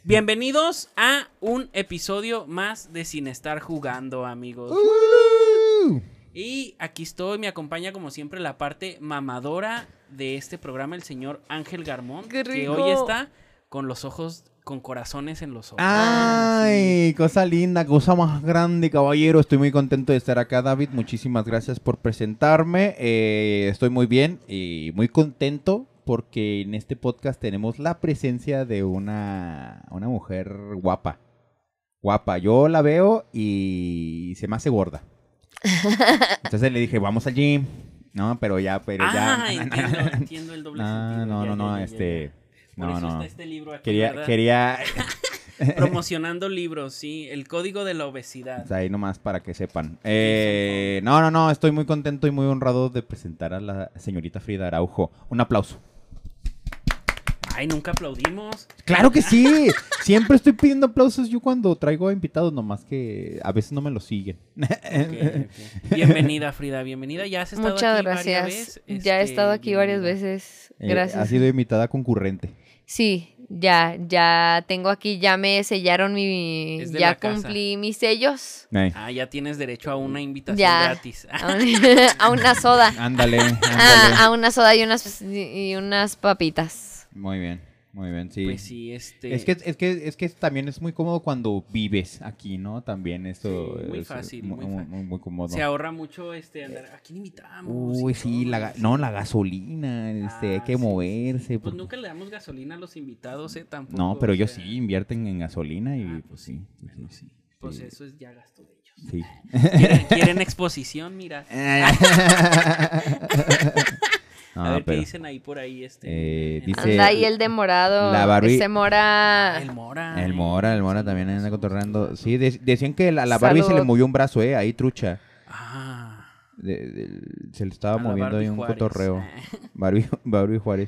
Bienvenidos a un episodio más de Sin Estar Jugando, amigos. Y aquí estoy, me acompaña como siempre la parte mamadora de este programa, el señor Ángel Garmón, que hoy está con los ojos, con corazones en los ojos. ¡Ay! Sí. Cosa linda, cosa más grande, caballero. Estoy muy contento de estar acá, David. Muchísimas gracias por presentarme. Estoy muy bien y muy contento porque en este podcast tenemos la presencia de una mujer guapa. Guapa. Yo la veo y se me hace gorda. Entonces le dije, vamos al gym. No, pero ya. Entiendo el doble sentido. No. Por eso está este libro aquí, Quería... Promocionando libros, sí. El código de la obesidad. O sea, ahí nomás para que sepan. No. Estoy muy contento y muy honrado de presentar a la señorita Frida Araujo. Un aplauso. Ay, nunca aplaudimos. ¡Claro que sí! Siempre estoy pidiendo aplausos yo cuando traigo invitados, nomás que a veces no me lo siguen. Okay. Bienvenida, Frida, bienvenida. Ya has estado Muchas aquí gracias. Varias veces. Ya he estado aquí varias veces. Gracias. Ha sido invitada concurrente. Sí, ya tengo aquí, ya me sellaron ya cumplí mis sellos. Ya tienes derecho a una invitación gratis. A una soda. Ándale. A una soda y unas papitas. Muy bien, sí. Pues sí, Es que también es muy cómodo cuando vives aquí, ¿no? También esto sí, muy es fácil, muy cómodo. Se ahorra mucho andar. ¿A quién invitamos? Uy, sí, la gasolina, hay que moverse. Pues nunca le damos gasolina a los invitados, tampoco. No, pero ellos sí invierten en gasolina y pues sí. Pues eso es ya gasto de ellos. Sí. ¿Quieren exposición? Mira. No, a ver qué dicen ahí por ahí. Dice, anda ahí el de morado. La Barbie. Ese Mora. El Mora. El Mora también anda cotorreando. Sí, decían que a la Barbie se le movió un brazo, ahí trucha. Se le estaba moviendo ahí un cotorreo. Barbie Juárez.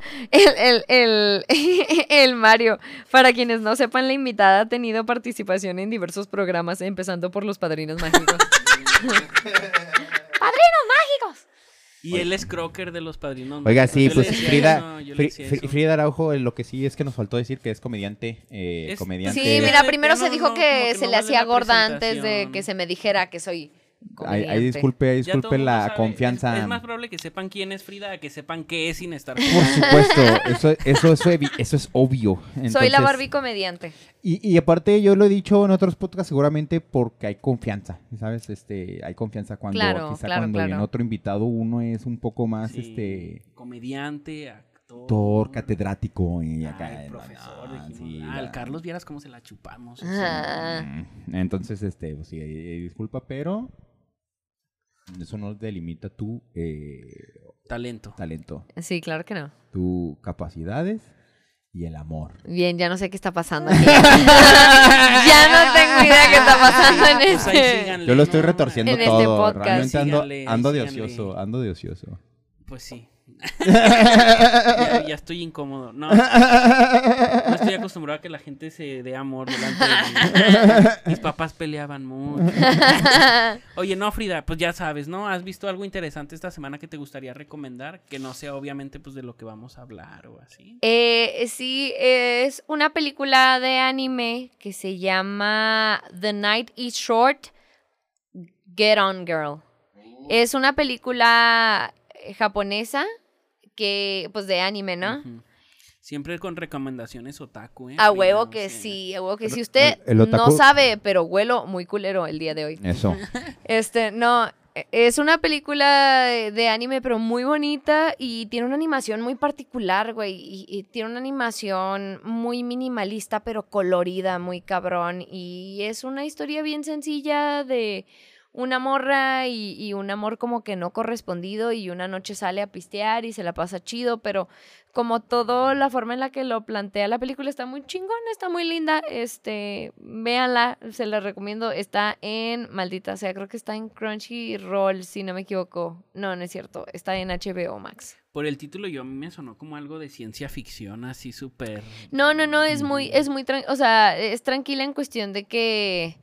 el Mario. Para quienes no sepan, la invitada ha tenido participación en diversos programas, empezando por Los Padrinos Mágicos. ¡Padrinos Mágicos! Y él es Crocker de Los Padrinos. Oiga, sí, pues Frida Araujo, lo que sí es que nos faltó decir que es comediante. Comediante. Sí, mira, primero se dijo que se le hacía gorda antes de que se me dijera que soy comediante. Ahí disculpe la confianza. Es más probable que sepan quién es Frida a que sepan qué es Sin Estar. Por supuesto, eso es obvio. Entonces, soy la Barbie comediante. Y aparte yo lo he dicho en otros podcasts seguramente porque hay confianza, ¿sabes? Hay confianza cuando cuando en otro invitado uno es un poco más comediante, actor, catedrático y acá profesor. El Carlos, vieras cómo se la chupamos. Entonces pues sí, disculpa, pero eso no delimita tu talento. Sí, claro que no. Tus capacidades y el amor. Bien, ya no sé qué está pasando aquí. Ya no tengo idea qué está pasando en síganle, yo lo estoy retorciendo en todo. Este podcast. Realmente ando de ocioso. Pues sí. ya estoy incómodo. No estoy acostumbrado a que la gente se dé amor delante de mí. Mis papás peleaban mucho. Oye, no, Frida, pues ya sabes, ¿no? ¿Has visto algo interesante esta semana que te gustaría recomendar? Que no sea obviamente pues de lo que vamos a hablar o así. Sí, es una película de anime que se llama The Night is Short, Get On Girl. Es una película japonesa que, pues, de anime, ¿no? Siempre con recomendaciones otaku, A huevo que sí, a huevo que sí. Usted no sabe, pero huelo muy culero el día de hoy. Eso. No, es una película de anime, pero muy bonita y tiene una animación muy particular, güey. Y tiene una animación muy minimalista, pero colorida, muy cabrón. Y es una historia bien sencilla de una morra y un amor como que no correspondido y una noche sale a pistear y se la pasa chido, pero como todo, la forma en la que lo plantea la película está muy chingona, está muy linda, véanla, se la recomiendo, está en, maldita sea, creo que está en Crunchyroll, si no me equivoco, no es cierto, está en HBO Max. Por el título yo me sonó como algo de ciencia ficción, así súper... No, es muy, o sea, es tranquila en cuestión de que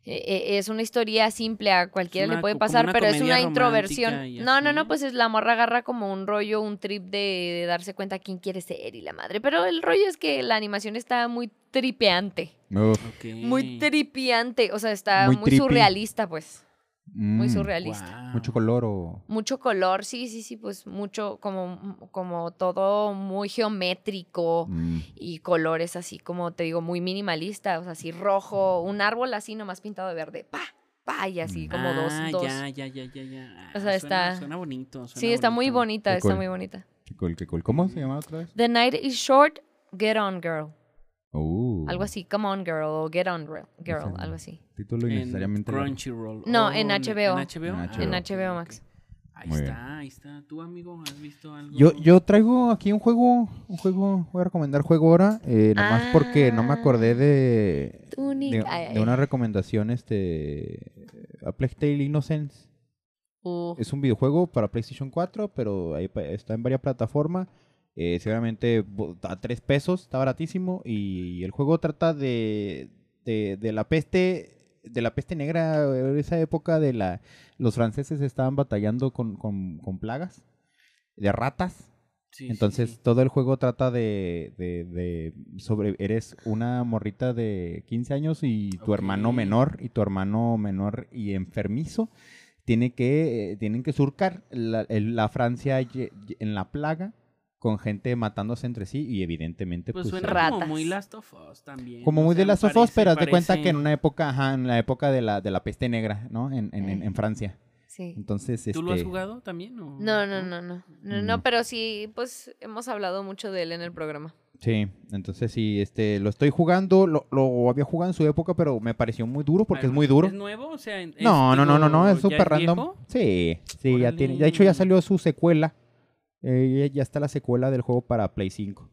Es una historia simple, a cualquiera Es una le puede como pasar, una pero es comedia una romántica introversión. y No, así. pues es la morra agarra como un rollo, un trip de darse cuenta quién quiere ser y la madre. Pero el rollo es que la animación está muy tripeante. Uf. Ok. Muy tripiante, o sea, está Muy muy trippy. surrealista, pues. Muy Mm. surrealista. Guau. Mucho color o... Mucho color, sí, pues mucho, como todo muy geométrico Mm. y colores así, como te digo, muy minimalista, o sea, así rojo, un árbol así nomás pintado de verde, y así como dos. Ya. O sea, Suena bonito. Sí, está muy bonita, Qué está cool. muy bonita. Qué cool, qué cool. ¿Cómo se llama otra vez? The night is short, get on girl. Algo Algo así, come on girl o get on girl, Ese algo así. Título En innecesariamente largo. Crunchyroll. No, Oh, en HBO. ¿En HBO? En ok, HBO ok. Max. Ahí está. ¿Tú, amigo, has visto algo? Yo traigo aquí un juego, voy a recomendar juego ahora, nomás porque no me acordé de Tunic. de una recomendación, a Plague Tale Innocence. Es un videojuego para PlayStation 4, pero ahí está en varias plataformas. Seguramente a $3, está baratísimo. Y el juego trata de la peste negra, esa época los franceses estaban batallando con plagas de ratas. Sí, Entonces sí. todo el juego trata eres una morrita de 15 años y tu Ok. hermano menor y enfermizo tienen que surcar la Francia en la plaga con gente matándose entre sí y evidentemente Pues pues, suena ratas. como muy Last of Us también. como o muy sea, de Last of Us, pero haz de cuenta parece- que en la época de la peste negra, ¿no? En Francia. Sí. Entonces, ¿Tú lo has jugado también? ¿O? No, pero sí, pues hemos hablado mucho de él en el programa. Sí, entonces sí, lo estoy jugando, lo había jugado en su época, pero me pareció muy duro porque es muy duro. ¿Es nuevo? O sea, No, es ¿ya súper random. viejo? Sí, ya Órale. tiene. De hecho, ya salió su secuela. Ya está la secuela del juego para Play 5.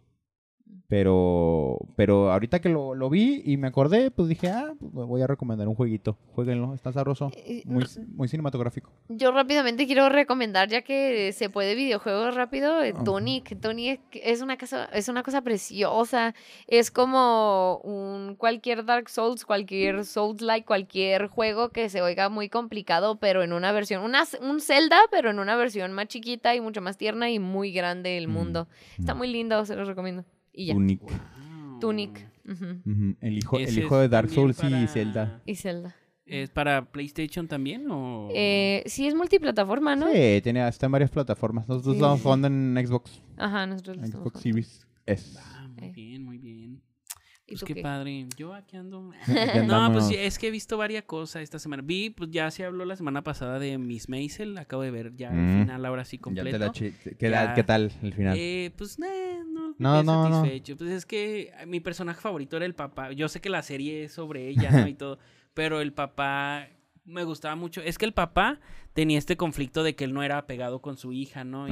Pero ahorita que lo vi y me acordé, pues dije, pues voy a recomendar un jueguito. Jueguenlo, está sabroso, muy cinematográfico. Yo rápidamente quiero recomendar, ya que se puede videojuegos rápido, Tunic. Tunic es una cosa preciosa. Es como cualquier Dark Souls, cualquier Souls-like, cualquier juego que se oiga muy complicado, pero en una versión, un Zelda, pero en una versión más chiquita y mucho más tierna y muy grande el mundo. Está muy lindo, se los recomiendo. Y ya. Tunic. Wow. Tunic. Ujú. Ujú, El hijo Ese de es Dark también Souls y Zelda. Y Zelda. ¿Es para PlayStation también o...? Sí, es multiplataforma, ¿no? Sí, está en varias plataformas. Nosotros Sí. estamos jugando en Xbox. Ajá, nosotros lo estamos Xbox jugando. Series S. Muy bien, muy bien. ¿Y Pues tú qué qué? padre. Yo aquí ando. Aquí No, andamos. pues sí, es que he visto varias cosas esta semana. Pues ya se habló la semana pasada de Miss Maisel. Acabo de ver ya el final ahora sí Ya completo. te la Ya. ¿Qué tal el final? Pues no No, quedé no. satisfecho. Pues es que mi personaje favorito era el papá. Yo sé que la serie es sobre ella, ¿no? Y todo. Pero el papá me gustaba mucho. Es que el papá tenía este conflicto de que él no era apegado con su hija, ¿no?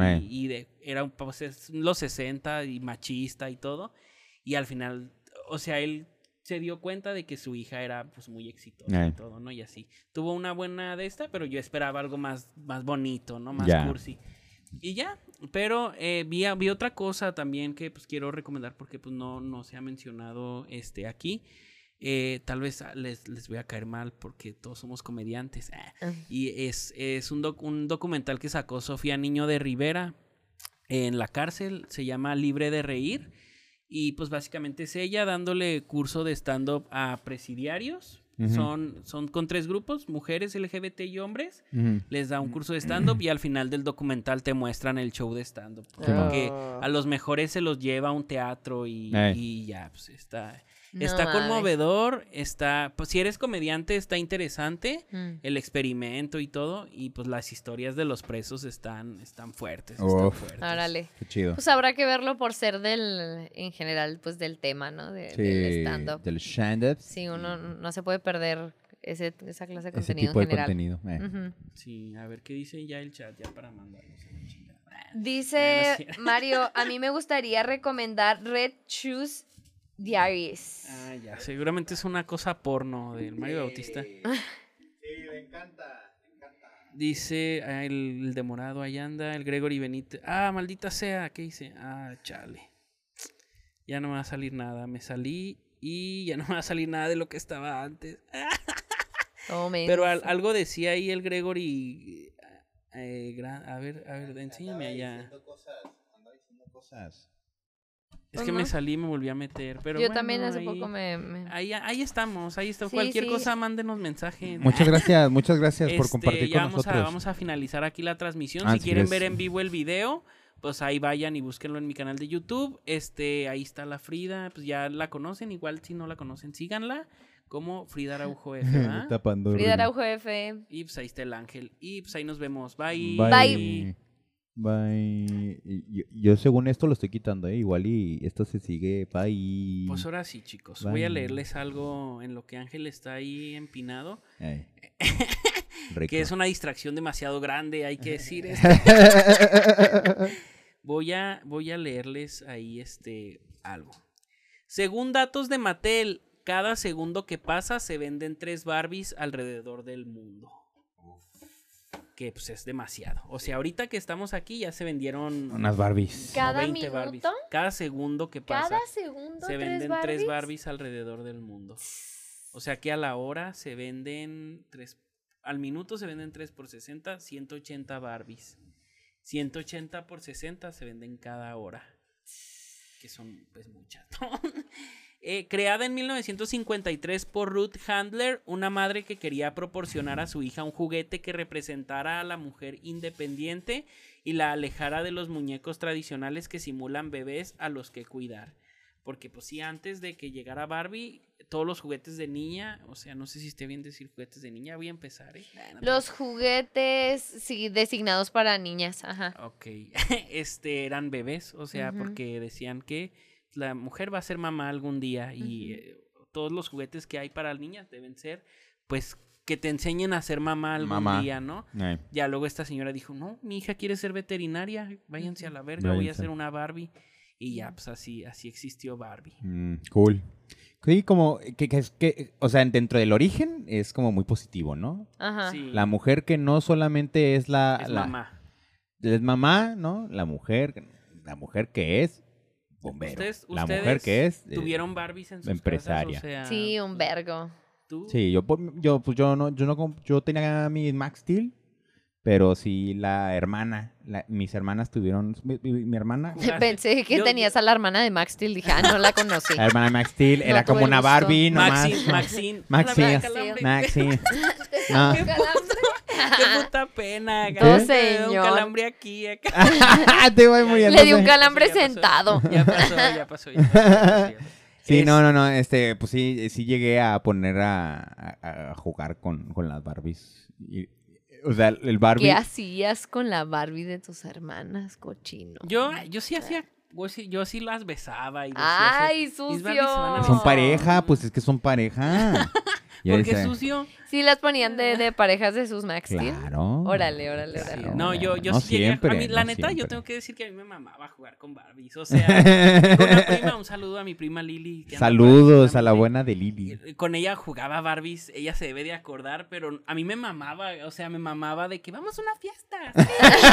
Era pues, los 60 y machista y todo. Y al final, o sea, él se dio cuenta de que su hija era pues muy exitosa y todo, ¿no? Y así. Tuvo una buena de esta, pero yo esperaba algo más bonito, ¿no? Más cursi. Y ya, pero vi otra cosa también que pues quiero recomendar porque pues no se ha mencionado aquí. Tal vez les voy a caer mal porque todos somos comediantes. Y es un documental que sacó Sofía Niño de Rivera en la cárcel. Se llama Libre de Reír. Y pues básicamente es ella dándole curso de stand-up a presidiarios. Uh-huh. Son con 3 grupos, mujeres, LGBT y hombres. Uh-huh. Les da un curso de stand-up y al final del documental te muestran el show de stand-up. Porque a los mejores se los lleva a un teatro y ya, pues está conmovedor, pues si eres comediante está interesante, el experimento y todo, y pues las historias de los presos están fuertes. Órale. Qué chido. Pues habrá que verlo por ser en general, pues del tema, ¿no? Del stand-up. Del stand-up. Sí, uno no se puede perder esa clase de contenido ese tipo en general. De contenido. Uh-huh. Sí, a ver qué dice ya el chat, ya para mandarnos a la chingada. Dice Mario, a mí me gustaría recomendar Red Shoes Diaries. Ya, seguramente es una cosa porno del Mario Bautista. Sí, me encanta. Dice el de morado, ahí anda, el Gregory Benítez. Maldita sea, ¿qué hice? Chale. Ya no me va a salir nada, me salí y ya no me va a salir nada de lo que estaba antes. Pero algo decía ahí el Gregory. A ver, enséñame allá. Anda diciendo cosas. Es que me salí y me volví a meter. Pero yo bueno, también hace ahí, poco Ahí estamos. Sí, Cualquier sí. cosa, mándenos mensaje. Muchas gracias por compartir ya con nosotros. vamos a finalizar aquí la transmisión. Así Si quieren es. ver en vivo el video, pues ahí vayan y búsquenlo en mi canal de YouTube. Ahí está la Frida, pues ya la conocen. Igual si no la conocen, síganla como Frida Araujo F, ¿verdad? Tapando Frida ruido. Araujo F. Y pues ahí está el ángel. Y pues ahí nos vemos. Bye. Bye. Bye. Yo según esto lo estoy quitando, igual y esto se sigue. Bye. Pues ahora sí, chicos. Bye. Voy a leerles algo en lo que Ángel está ahí empinado. Ay, Que rico. es una distracción demasiado grande, hay que decir esto. Voy a leerles ahí algo. Según datos de Mattel, cada segundo que pasa se venden 3 Barbies alrededor del mundo. Que pues es demasiado. O sea, ahorita que estamos aquí ya se vendieron Unas Barbies. como ¿Cada 20 minuto? Barbies. Cada segundo que pasa Cada segundo se 3 venden Barbies. 3 Barbies alrededor del mundo. O sea que a la hora se venden 3. Al minuto se venden 3 por 60, 180 Barbies. 180 por 60 se venden cada hora. Que son pues muchas, ¿no? Creada en 1953 por Ruth Handler, una madre que quería proporcionar a su hija un juguete que representara a la mujer independiente y la alejara de los muñecos tradicionales que simulan bebés a los que cuidar. Porque pues sí, antes de que llegara Barbie, todos los juguetes de niña, o sea, no sé si esté bien decir juguetes de niña, voy a empezar, No Los juguetes, sí, designados para niñas, ajá. Ok, eran bebés, o sea, Ujú. porque decían que la mujer va a ser mamá algún día y todos los juguetes que hay para niñas deben ser, pues, que te enseñen a ser mamá algún día, ¿no? Ay. Ya luego esta señora dijo, no, mi hija quiere ser veterinaria, váyanse a la verga, voy a Váyanse. hacer una Barbie. Y ya, pues así existió Barbie. Cool. Sí, como que, o sea, dentro del origen es como muy positivo, ¿no? Ajá. Sí, La mujer que no solamente es es la mamá. es mamá, ¿no? La mujer que es bombero. La mujer que es tuvieron Barbies en sus empresaria. casas, o sea, Sí, un vergo. ¿tú? Sí, yo tenía mi Max Steel, pero sí mis hermanas tuvieron mi hermana, Jugaste. Pensé que Yo- tenías a la hermana de Max Steel, dije, no la conocí. la hermana de Max Steel No era como tuve el una gusto. Barbie nomás. Maxine. Maxine. La calambre. Maxine. No. Qué puta pena. No, cabrón, me dio un señor. calambre aquí. Acá. Te voy muriendo. Le di un calambre Ya pasó. sentado. Ya pasó. Sí, no, pues sí llegué a poner a jugar con las Barbies. O sea, el Barbie. ¿Qué hacías con la Barbie de tus hermanas, cochino? Yo sí hacía, yo sí las besaba y decía, ¡Ay, mis Barbies se van sucio! a Son besar. pareja, pues es que son pareja. Yo ¿Por qué decía, sucio? Sí, las ponían de parejas de sus Max Steel. Claro. Órale. Claro. No, yo No sí llegué siempre, a mí, la no neta, yo siempre. tengo que decir que a mí me mamaba jugar con Barbies. O sea, con una prima, un saludo a mi prima Lili. que anda por aquí Saludos a la seguramente. buena de Lili. Con ella jugaba Barbies, ella se debe de acordar, pero a mí me mamaba, o sea, me mamaba de que vamos a una fiesta.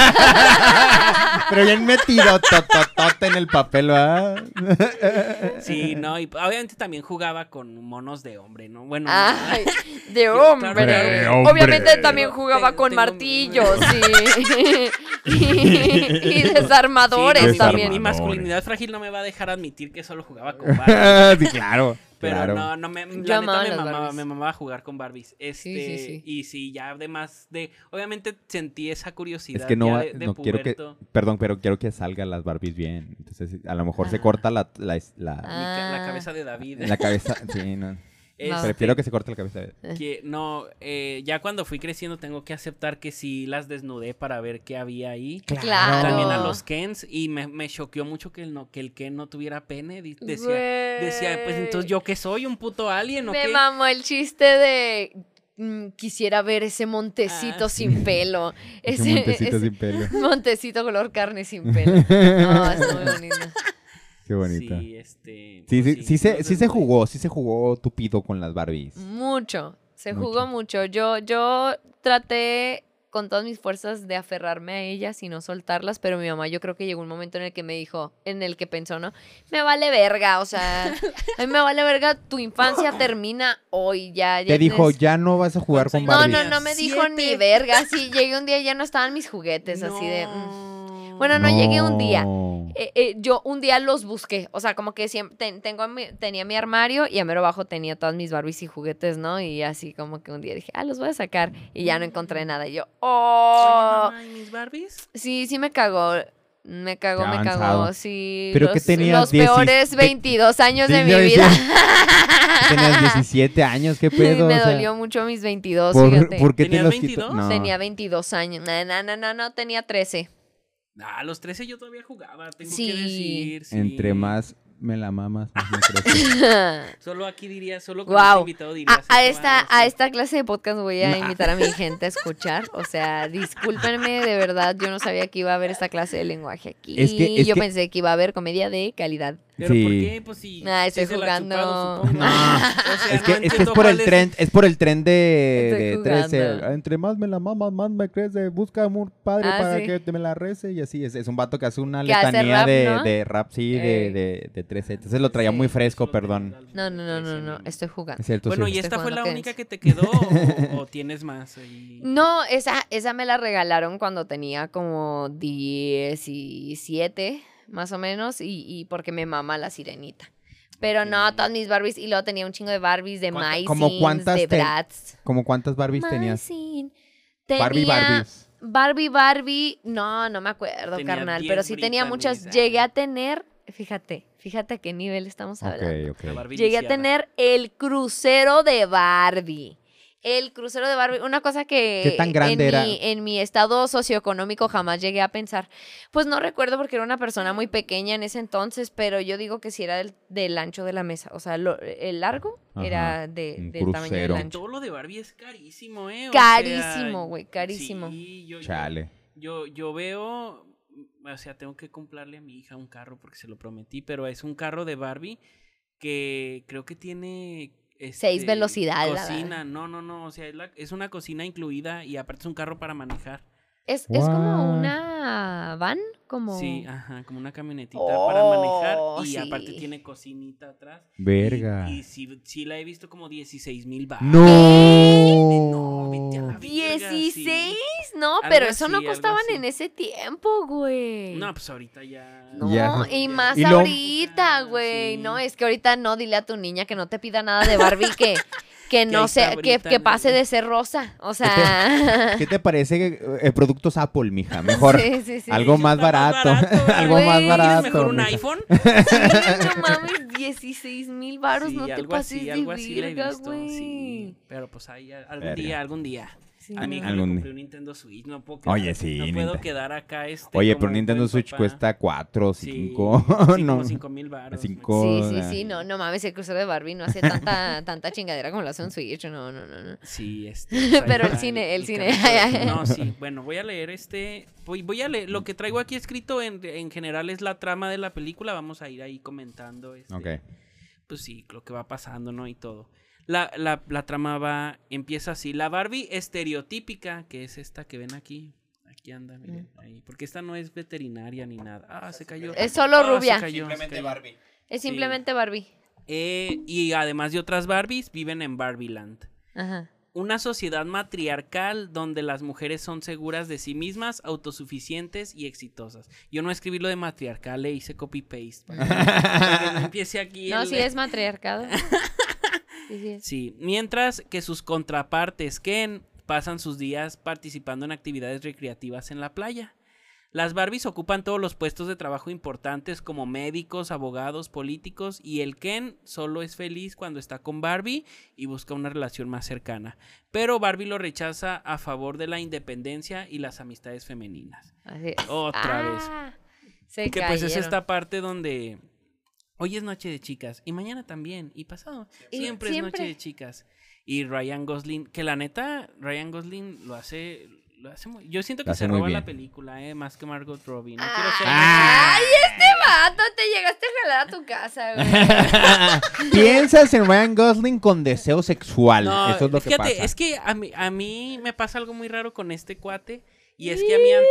Pero bien metido tototote en el papel, ¿verdad? Sí, no, y obviamente también jugaba con monos de hombre, ¿no? Bueno, Ay, de Claro, hombre. claro. Obviamente Hombre. también jugaba con Tengo- martillos y desarmadores sí, no, también. mi Desarmadores. masculinidad frágil no me va a dejar admitir que solo jugaba con Barbies. Sí, claro. Pero claro. no, Yo la neta amaba las Barbies. me mamaba jugar con Barbies. Sí. Y sí, ya además de, obviamente sentí esa curiosidad Es que no, ya de no quiero que, puberto. perdón, pero quiero que salgan las Barbies bien. Entonces, a lo mejor se Ah. corta la La cabeza de David. la cabeza. Sí, no. No. Prefiero que se corte la cabeza. Ya cuando fui creciendo tengo que aceptar que sí las desnudé para ver qué había ahí. Claro. También a los Kens y me choqueó mucho que el Ken no tuviera pene. Decía, pues entonces yo qué soy, un puto alien o Me qué. mamó el chiste de quisiera ver ese montecito Ah, sin pelo. Ese montecito sin pelo. montecito color carne sin pelo. No, es muy bonito. Qué bonita. Sí, Sí los se jugó tupido con las Barbies. Mucho. Se Mucho. jugó mucho. Yo traté con todas mis fuerzas de aferrarme a ellas y no soltarlas, pero mi mamá yo creo que llegó un momento en el que me dijo, en el que pensó, ¿no? Me vale verga, o sea, a mí me vale verga, tu infancia termina hoy, ya. Te dijo, ya no vas a jugar con Barbie. No me dijo ni verga, sí, llegué un día y ya no estaban mis juguetes, así de... Bueno, no llegué un día. Yo un día los busqué. O sea, como que siempre tenía mi armario y a mero abajo tenía todas mis Barbies y juguetes, ¿no? Y así como que un día dije, los voy a sacar. Y ya no encontré nada. Y yo, ¿Y mis Barbies? Sí, me cagó. Me cagó. Sí. ¿Pero qué tenías? Los peores 22 años de mi vida. Tenías 17 años, ¿qué pedo? Me dolió mucho mis 22, fíjate. ¿Por qué ¿Tenías 22? No. Tenía 22 años. No, tenía 13. A los 13 yo todavía jugaba, tengo que decir. Sí. Entre más me la mamas, más me crece. Solo aquí diría, solo con este invitado dirías. A esta clase de podcast voy a invitar a mi gente a escuchar. O sea, discúlpenme, de verdad, yo no sabía que iba a haber esta clase de lenguaje aquí. Yo pensé que iba a haber comedia de calidad. ¿Pero por qué? Pues sí. Estoy jugando. O sea, es que es por el tren, es por el tren de 13. Entre más me la mamas, más me crece. Busca un padre para que te me la rece. Y así es un vato que hace una letanía de rap, sí, de 13. Entonces lo traía muy fresco, perdón. No, estoy jugando. Es cierto, bueno, sí. ¿y esta fue la única que te quedó o tienes más ahí? No, esa me la regalaron cuando tenía como 17, más o menos, y porque me mama la sirenita. Pero no, todas mis Barbies, y luego tenía un chingo de Barbies, de Mycins, de Bratz. ¿Cómo cuántas Barbies tenías? Barbies. Barbie, no me acuerdo, carnal, pero sí tenía muchas. Llegué a tener, fíjate a qué nivel estamos hablando. Okay. Llegué a tener el crucero de Barbie. Una cosa que ¿qué tan grande era? En mi estado socioeconómico jamás llegué a pensar. Pues no recuerdo porque era una persona muy pequeña en ese entonces, pero yo digo que sí era del ancho de la mesa. O sea, el largo era del tamaño del ancho. Todo lo de Barbie es carísimo, Carísimo, güey, carísimo. Sí, Chale. Yo veo, o sea, tengo que comprarle a mi hija un carro porque se lo prometí, pero es un carro de Barbie que creo que tiene... 6 velocidades. Cocina, no, o sea, es una cocina incluida y aparte es un carro para manejar. ¿Es como una van? Sí, como una camionetita para manejar y aparte tiene cocinita atrás. Verga. Y sí la he visto como 16,000 baros. ¡No! Vete a la verga, 16, sí. No, pero eso no costaban en ese tiempo, güey. No, pues ahorita ya. No, y más ahorita, güey. Sí. No, es que ahorita no, dile a tu niña que no te pida nada de Barbie que no sea, que pase de ser rosa. O sea. ¿Qué te parece productos Apple, mija? Mejor. Sí. Algo más barato. Algo más barato. ¿Mejor un iPhone? Sí, no mames, 16,000 baros, no te pases de verga, güey. Sí, pero pues ahí algún día. Sí, a mi hija le compré un Nintendo Switch, no puedo quedar, Oye, sí. No puedo quedar acá Oye, pero un Nintendo Switch cuesta 4, 5. Sí, como 5,000 baros. 5. Sí, no mames, el crucero de Barbie no hace tanta chingadera como lo hace un Switch, no. Sí, pero el cine. No, sí, bueno, voy a leer voy a leer, lo que traigo aquí escrito en general es la trama de la película, vamos a ir ahí comentando Okay. Pues sí, lo que va pasando, ¿no? Y todo. La trama empieza así. La Barbie estereotípica, que es esta que ven aquí. Aquí anda, miren, ahí. Porque esta no es veterinaria ni nada. Se cayó. Es solo rubia. Simplemente Barbie. Es simplemente Barbie. Y además de otras Barbies, viven en Barbieland. Ajá. Una sociedad matriarcal donde las mujeres son seguras de sí mismas, autosuficientes y exitosas. Yo no escribí lo de matriarcal, le hice copy-paste. Para que no empiece aquí. No, sí es matriarcado. Sí, mientras que sus contrapartes Ken pasan sus días participando en actividades recreativas en la playa. Las Barbies ocupan todos los puestos de trabajo importantes como médicos, abogados, políticos, y el Ken solo es feliz cuando está con Barbie y busca una relación más cercana. Pero Barbie lo rechaza a favor de la independencia y las amistades femeninas. Así. Otra vez. Que pues es esta parte donde hoy es noche de chicas y mañana también y pasado. Siempre es noche de chicas. Y Ryan Gosling, que la neta, Ryan Gosling lo hace lo hace yo siento Lo que hace se muy roba bien. la película, más que Margot Robbie. No quiero ser... Ay, este vato, te llegaste a jalar a tu casa, güey. Piensas en Ryan Gosling con deseo sexual. No, Eso es lo que fíjate, pasa. es que a mí me pasa algo muy raro con este cuate. Y es que a mí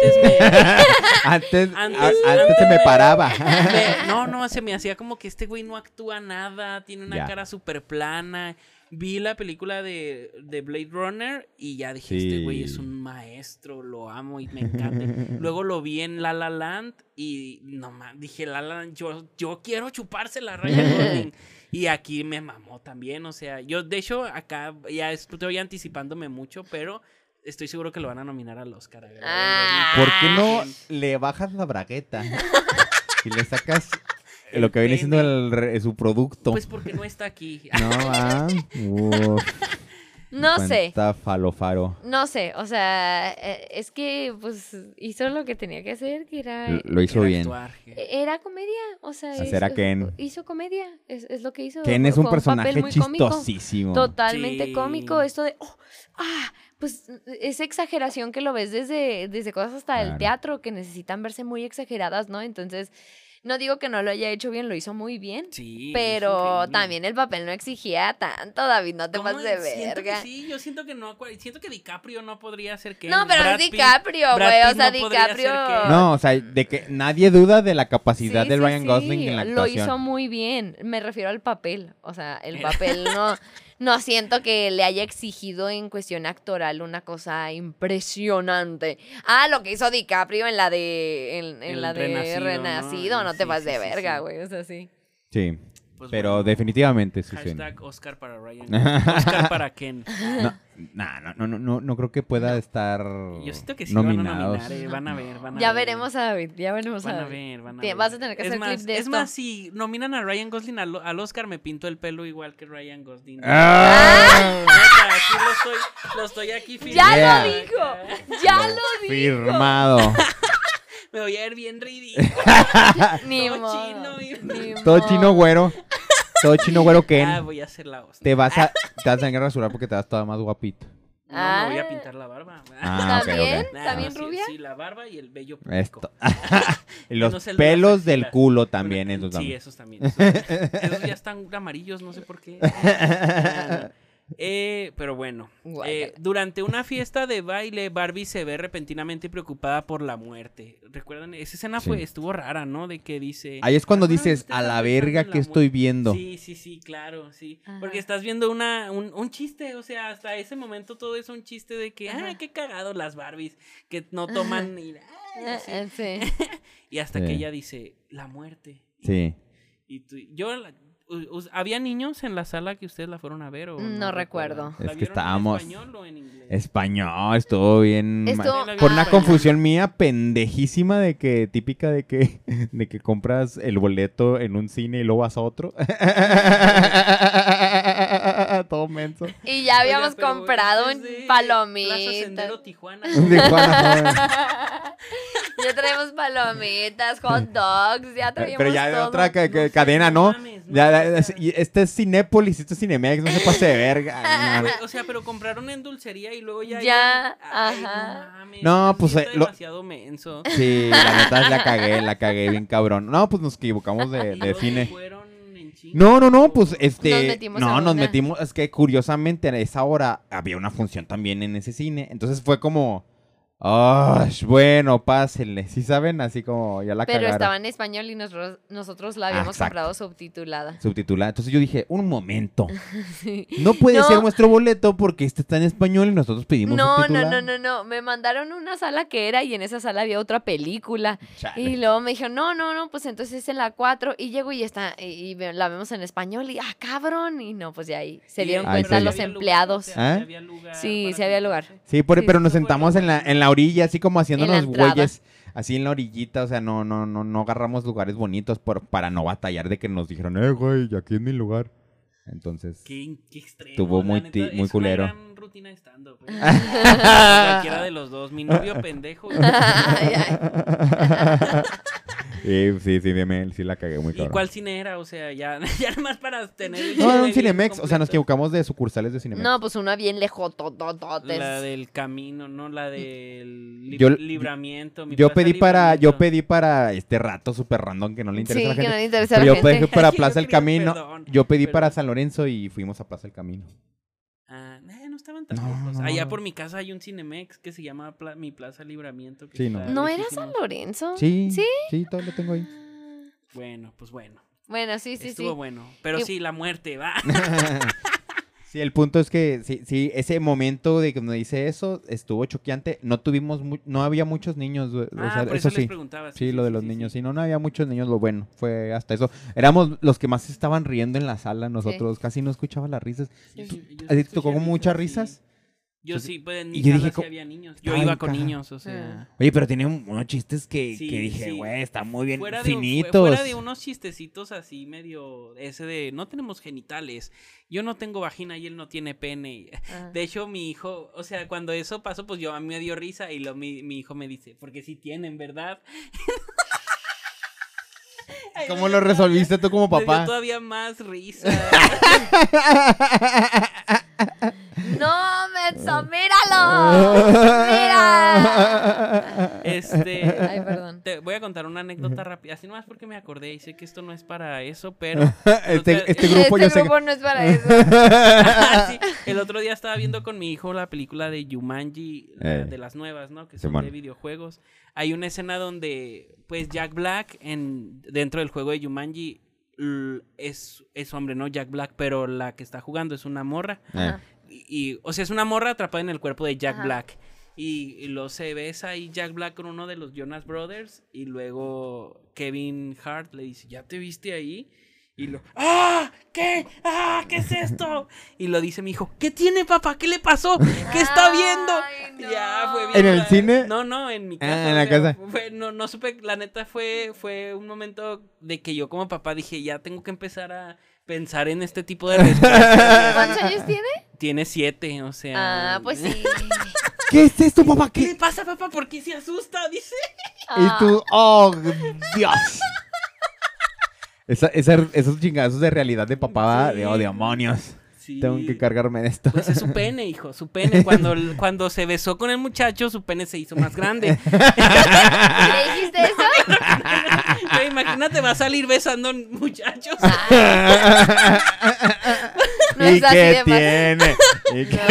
antes antes se me paraba. No, se me hacía como que este güey no actúa nada, tiene una Ya. cara súper plana. Vi la película de Blade Runner y ya dije, este güey es Sí. un maestro, lo amo y me encanta. Luego lo vi en La La Land y no más, dije, La La Land, yo quiero chupársela a Ryan Gosling. Y aquí me mamó también, o sea, yo de hecho acá ya estoy anticipándome mucho, pero estoy seguro que lo van a nominar al Oscar. ¿Por qué no le bajas la bragueta y le sacas lo que viene siendo su producto? Pues porque no está aquí. No, No sé. Está falofaro. No sé, o sea, es que pues hizo lo que tenía que hacer, que era... Lo hizo bien. Actuar. Era comedia, o sea, Hacer a Ken. hizo comedia, es lo que hizo. Ken es un Fue papel personaje muy cómico, chistosísimo. totalmente Sí. cómico, esto de, pues esa exageración que lo ves desde cosas hasta el Claro. teatro que necesitan verse muy exageradas, ¿no? Entonces, no digo que no lo haya hecho bien, lo hizo muy bien. Sí, es Pero increíble. también el papel no exigía tanto, David, no te ¿Cómo? pases de Siento que verga. sí, yo siento que no, siento que DiCaprio no podría ser Ken. No, pero Brad es Pitt- DiCaprio, Brad güey, o Pitt sea, no podría ser DiCaprio... Ken. No, o sea, de que nadie duda de la capacidad Sí, de sí, Ryan sí, Gosling en la lo actuación. hizo muy bien. Me refiero al papel. O sea, el papel no siento que le haya exigido en cuestión actoral una cosa impresionante. Lo que hizo DiCaprio en la de El la de Renacido, no te Sí, vas sí, de sí, verga, sí. güey. O sea, sí. Sí, Pues pero bueno, definitivamente su sueño. hashtag Oscar para Ryan. Oscar para Ken. No creo que pueda estar Yo siento que sí nominados. van a nominar, van a ver. Ya veremos a David, ya veremos a Van a David. ver, van a Te- ver. vas a tener que hacer es más, clip de es esto. más, si nominan a Ryan Gosling al Oscar, me pinto el pelo igual que Ryan Gosling. ¡Ah! Neta, aquí lo estoy aquí ¡Ya Yeah. lo dijo! ¡Ya lo dijo! Firmado. Me voy a ver bien ridículo. Ni Todo modo, chino, ni Todo modo. chino güero. Todo chino güero Ken. Voy a hacer la hostia. Te vas a tener que rasurar porque te vas toda más guapito. No, me voy Ah. a pintar la barba. Ah, ok, ¿También? ok. ¿También sí, rubia? Sí, la barba y el vello público. Esto. Y los Menos el de las pelos del axilas. culo también. Bueno, Esos sí, también. esos también. Esos ya están amarillos, no sé por qué. Pero bueno, Guácala. durante una fiesta de baile, Barbie se ve repentinamente preocupada por la muerte. ¿Recuerdan? Esa escena Sí. estuvo rara, ¿no? De que dice... Ahí es cuando "¿Alguna vez dices, usted a está la pensando verga en la que estoy muerte?" viendo. Sí, claro, sí. Ajá. Porque estás viendo un chiste, o sea, hasta ese momento todo es un chiste de que, Ajá. qué cagado las Barbies, que no toman y, así. Sí. Y hasta Sí. que ella dice, la muerte. Sí. Y ¿había niños en la sala que ustedes la fueron a ver o No recuerdo. ¿La Es que vieron estábamos- en español o en inglés? Español, estuvo bien. Estuvo- Con una Ah. confusión mía pendejísima típica de que compras el boleto en un cine y luego vas a otro. Todo menso. Y ya habíamos Oiga, pero comprado es un de Plaza palomitas. Sendero, Tijuana. De Juana, Ya traemos palomitas, hot dogs, ya traemos pero ya de todo. otra No sé, cadena, no ¿no? mames, Y este es Cinépolis, esto es Cinemex, no se pase de verga. No, Güey, o sea, pero compraron en dulcería y luego ya... Ya, Ay, ajá. No, mames, No, es pues, neta lo- demasiado menso. Sí, la neta la cagué bien cabrón. No, pues nos equivocamos Y de luego cine. fueron en chinga. No, pues Nos metimos a nos una. metimos, es que curiosamente a esa hora había una función también en ese cine, entonces fue como, bueno, pásenle, ¿sí saben? Así como ya la Pero cagaron. estaba en español y nosotros la habíamos exacto. comprado subtitulada. Subtitulada, entonces yo dije, un momento, Sí. no puede No. ser nuestro boleto porque este está en español y nosotros pedimos No, subtitulada. no. Me mandaron una sala que era y en esa sala había otra película. Chale. Y luego me dijeron, no, pues entonces es en la 4. Y llego y está, la vemos en español. Y, cabrón. Y no, pues ya ahí se dieron Ahí cuenta sí. los había lugar, empleados. o sea, ¿Eh? había lugar Sí, para sí había lugar. sentarse. Sí, Sí, pero nos eso fue sentamos lo en la bueno. orilla, así como haciéndonos entrada. güeyes, así en la orillita, o sea, no agarramos lugares bonitos para no batallar de que nos dijeron, güey, aquí es mi lugar. Entonces, Qué extremo. Estuvo la muy neta, muy es una culero. gran rutina de stand-up. Cualquiera de los dos. Mi novio pendejo. Sí, sí la cagué muy ¿Y cabrón. cuál cine era? O sea, ya nada más para tener... No, era un Cinemex. O sea, nos equivocamos de sucursales de Cinemex. No, pues una bien lejos. La del camino, ¿no? La del Yo- libramiento. Mi Yo Plaza pedí para este rato súper random que no le interesa a la Sí, que gente. no le interesa a Pero la yo pedí gente. para Yo Plaza del quería- Camino. perdón, Yo pedí perdón. para San Lorenzo y fuimos a Plaza del Camino. No estaban tan No, lejos. no, Allá no. por mi casa hay un Cinemex que se llama Mi Plaza Libramiento. Que Sí, está ¿No era lejísimos. San Lorenzo? Sí, ¿Sí? sí, todavía lo tengo ahí. Bueno, pues bueno. Bueno, sí. Estuvo bueno. Pero Y- sí, la muerte, va. Sí, el punto es que sí, ese momento de que me dice eso estuvo choqueante. No había muchos niños, güey. O sea, Por eso les sí. preguntaba. Sí, lo de los niños. Sí, no había muchos niños. Lo bueno fue hasta eso. Éramos los que más se estaban riendo en la sala. Nosotros casi no escuchaban las risas. Yo ¿A ti te escuché tocó con muchas sí. risas? Yo sí, pues en mi Y yo sala dije, sí había niños. Yo Ay, iba con caja. niños, o sea... Oye, pero tiene unos chistes que Sí, dije, sí. güey, está muy bien Fuera finitos. de unos chistecitos así medio... Ese de, no tenemos genitales, yo no tengo vagina y él no tiene pene. Ah. De hecho, mi hijo, o sea, cuando eso pasó, pues a mí me dio risa y mi hijo me dice, porque sí tienen, ¿verdad? Ay, ¿Cómo me lo dio resolviste tú como me dio papá? todavía más risa. No, Menso, míralo. Mira. Ay, perdón. Te voy a contar una anécdota rápida, así nomás porque me acordé y sé que esto no es para eso, pero... Este grupo yo sé que... no es para eso. Sí, el otro día estaba viendo con mi hijo la película de Jumanji, de las nuevas, ¿no? Que son Simón. de videojuegos. Hay una escena donde, pues, Jack Black, dentro del juego de Jumanji, es hombre, ¿no? Jack Black, pero la que está jugando es una morra. Ajá. O sea, es una morra atrapada en el cuerpo de Jack Ajá. Black. Y luego se besa ahí Jack Black con uno de los Jonas Brothers. Y luego Kevin Hart le dice, ¿ya te viste ahí? Y ¡ah! ¿Qué? ¡Ah! ¿Qué es esto? Y lo dice mi hijo, ¿qué tiene, papá? ¿Qué le pasó? ¿Qué está viendo? Ay, no. Ya fue bien. ¿En el cine? No, en mi casa. En la casa. No supe, la neta fue un momento de que yo como papá dije, ya tengo que empezar a pensar en este tipo de respuestas. ¿Cuántos años tiene? Tiene 7, o sea. Ah, pues sí. ¿Qué es esto, papá? ¿Qué le ¿Qué? pasa, papá? ¿Por qué se asusta? Dice. Y tú, oh, Dios. Esos chingazos de realidad de papá, Sí. de demonios. Sí. Tengo que cargarme de esto. Pues es su pene, hijo, su pene. Cuando se besó con el muchacho, su pene se hizo más grande. ¿Le dijiste eso? Pero imagínate, va a salir besando muchachos. No ¿Y es así qué de fácil. tiene? ¿Y qué-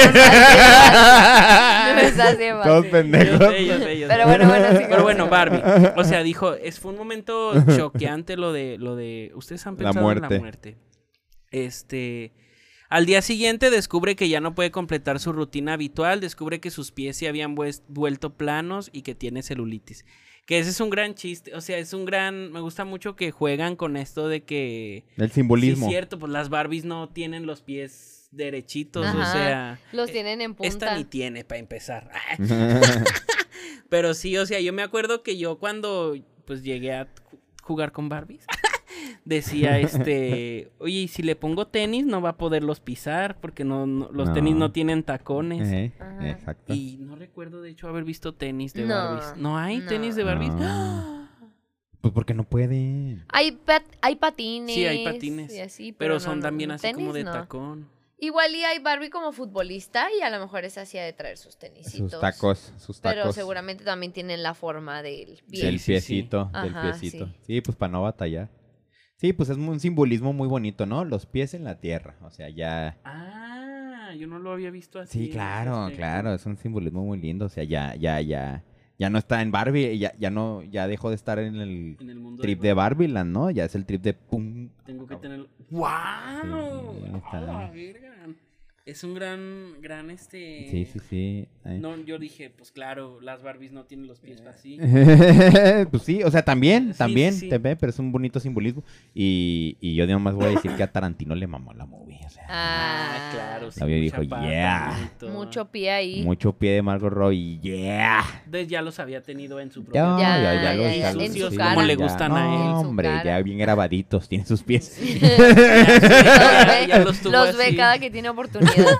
No es así de fácil. Todos pendejos. Yo sé. Pero bueno, sí. Pero bueno, Barbie. O sea, dijo, fue un momento choqueante lo de. Ustedes han La pensado en la muerte. muerte. Al día siguiente descubre que ya no puede completar su rutina habitual, descubre que sus pies se habían vuelto planos y que tiene celulitis. Que ese es un gran chiste, o sea, me gusta mucho que juegan con esto de que... El simbolismo. Sí, es cierto, pues las Barbies no tienen los pies derechitos, Ajá, o sea... los tienen en punta. Esta ni tiene, para empezar. Pero sí, o sea, yo me acuerdo que yo cuando pues llegué a jugar con Barbies, decía oye, y si le pongo tenis no va a poderlos pisar porque los tenis no tienen tacones. Ajá. Exacto. Y no recuerdo de hecho haber visto tenis de No, Barbies. ¿No hay no. tenis de Barbies? No. Pues porque no pueden. Hay patines. Sí, hay patines. Y así, Pero son también así tenis como de no. tacón. Igual y hay Barbie como futbolista y a lo mejor esa hacía de traer sus tenisitos. Sus tacos. Pero seguramente también tienen la forma del pie. Del Sí, piecito. sí. Del Ajá, piecito. sí. Sí, pues para no batallar. Sí, pues es un simbolismo muy bonito, ¿no? Los pies en la tierra. O sea, ya. Ah, yo no lo había visto así. Sí, en claro, ese aspecto. claro. Es un simbolismo muy lindo. O sea, ya no está en Barbie. Ya dejó de estar en el En el mundo trip de Barbieland, ¿no? Ya es el trip de pum. Tengo que tener. ¡Wow! Sí, está. ¡A la verga! Es un gran Sí. Ay. No, yo dije, pues claro, las Barbies no tienen los pies así. Pues sí, o sea, también, Sí. pero es un bonito simbolismo. Y yo nomás voy a decir que a Tarantino le mamó la movie, o sea. Ah, claro. La vio y mucha dijo, pata, yeah. bonito. mucho pie ahí. Mucho pie de Margot Robbie, yeah. Entonces ya los había tenido en su propia Ya, los- ya, los- en su sí, cara. como le ya. gustan No, a él. En su hombre, cara. ya bien grabaditos, tiene sus pies. Ya Los los tuvo ve así. cada que tiene oportunidad.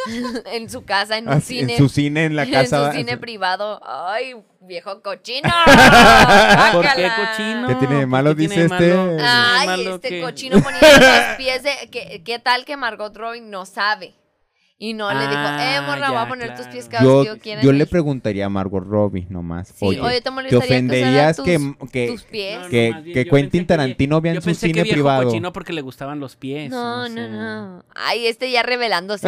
En su casa, en un cine. En su cine, en la casa. En su cine privado. Ay, viejo cochino. ¿Por qué cochino? ¿Qué tiene de malo, ¿Qué tiene dice de malo? este? Ay, malo este que- cochino poniendo los pies de... ¿Qué tal que Margot Robbie no sabe? Y no le dijo, morra, voy ya, a poner tus pies claro. cada vez Yo, que yo quiera. yo en le el- preguntaría a Margot Robbie nomás. Sí, oye, ¿te ¿te molestaría ofenderías que usara tus que, pies? No, que, más bien, que yo Quentin pensé que- Tarantino vea en yo su pensé que cine viejo privado? cochino porque le gustaban los pies. No, o sea. no. Ay, ya revelándose.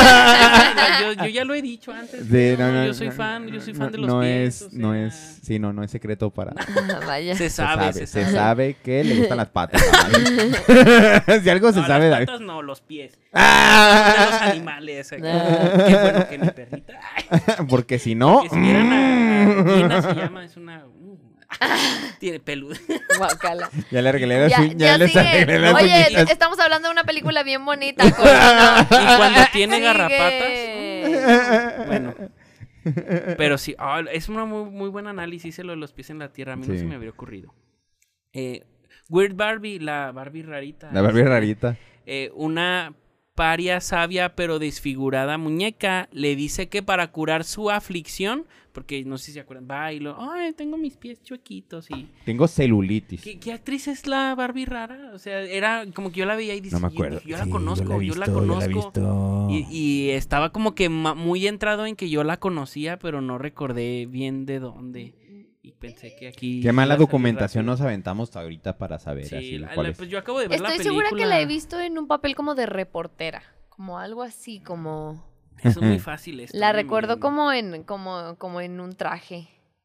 yo ya lo he dicho antes. Sí, yo soy fan de los no pies. Es, o sea, no es, sí, no es secreto para... Vaya. Se sabe. Se sabe que le gustan las patas. Si algo se No, sabe, las David. patas no, los pies. ¡Ah! De los animales. Ah. Qué bueno que mi perrita. Ay, Porque si no... que si vieran a Gina se llama, es una... tiene peludo. Guacala. Ya le arreglé las Ya, uñas. ya les sigue. arreglé las Oye, uñitas. estamos hablando de una película bien bonita. cochino. Y cuando tiene Sigue. garrapatas. Bueno. Pero sí, es un muy buen análisis lo de los pies en la tierra. A mí no Sí. se me habría ocurrido. Weird Barbie, la Barbie rarita. La Barbie rarita. Una paria sabia pero desfigurada muñeca le dice que para curar su aflicción, porque no sé si se acuerdan, va y ay, tengo mis pies chuequitos y... Tengo celulitis. ¿Qué actriz es la Barbie rara? O sea, era como que yo la veía y decía, No me acuerdo. yo la Sí, conozco, yo la conozco. Y estaba como que muy entrado en que yo la conocía, pero no recordé bien de dónde. Y pensé que aquí... Qué mala iba a salir documentación rápido. nos aventamos ahorita para saber Sí, así cuál es. pues yo acabo de ver la Estoy película. segura que la he visto en un papel como de reportera. Como algo así, como... Eso es muy fácil esto. La muy recuerdo bien. como en un traje.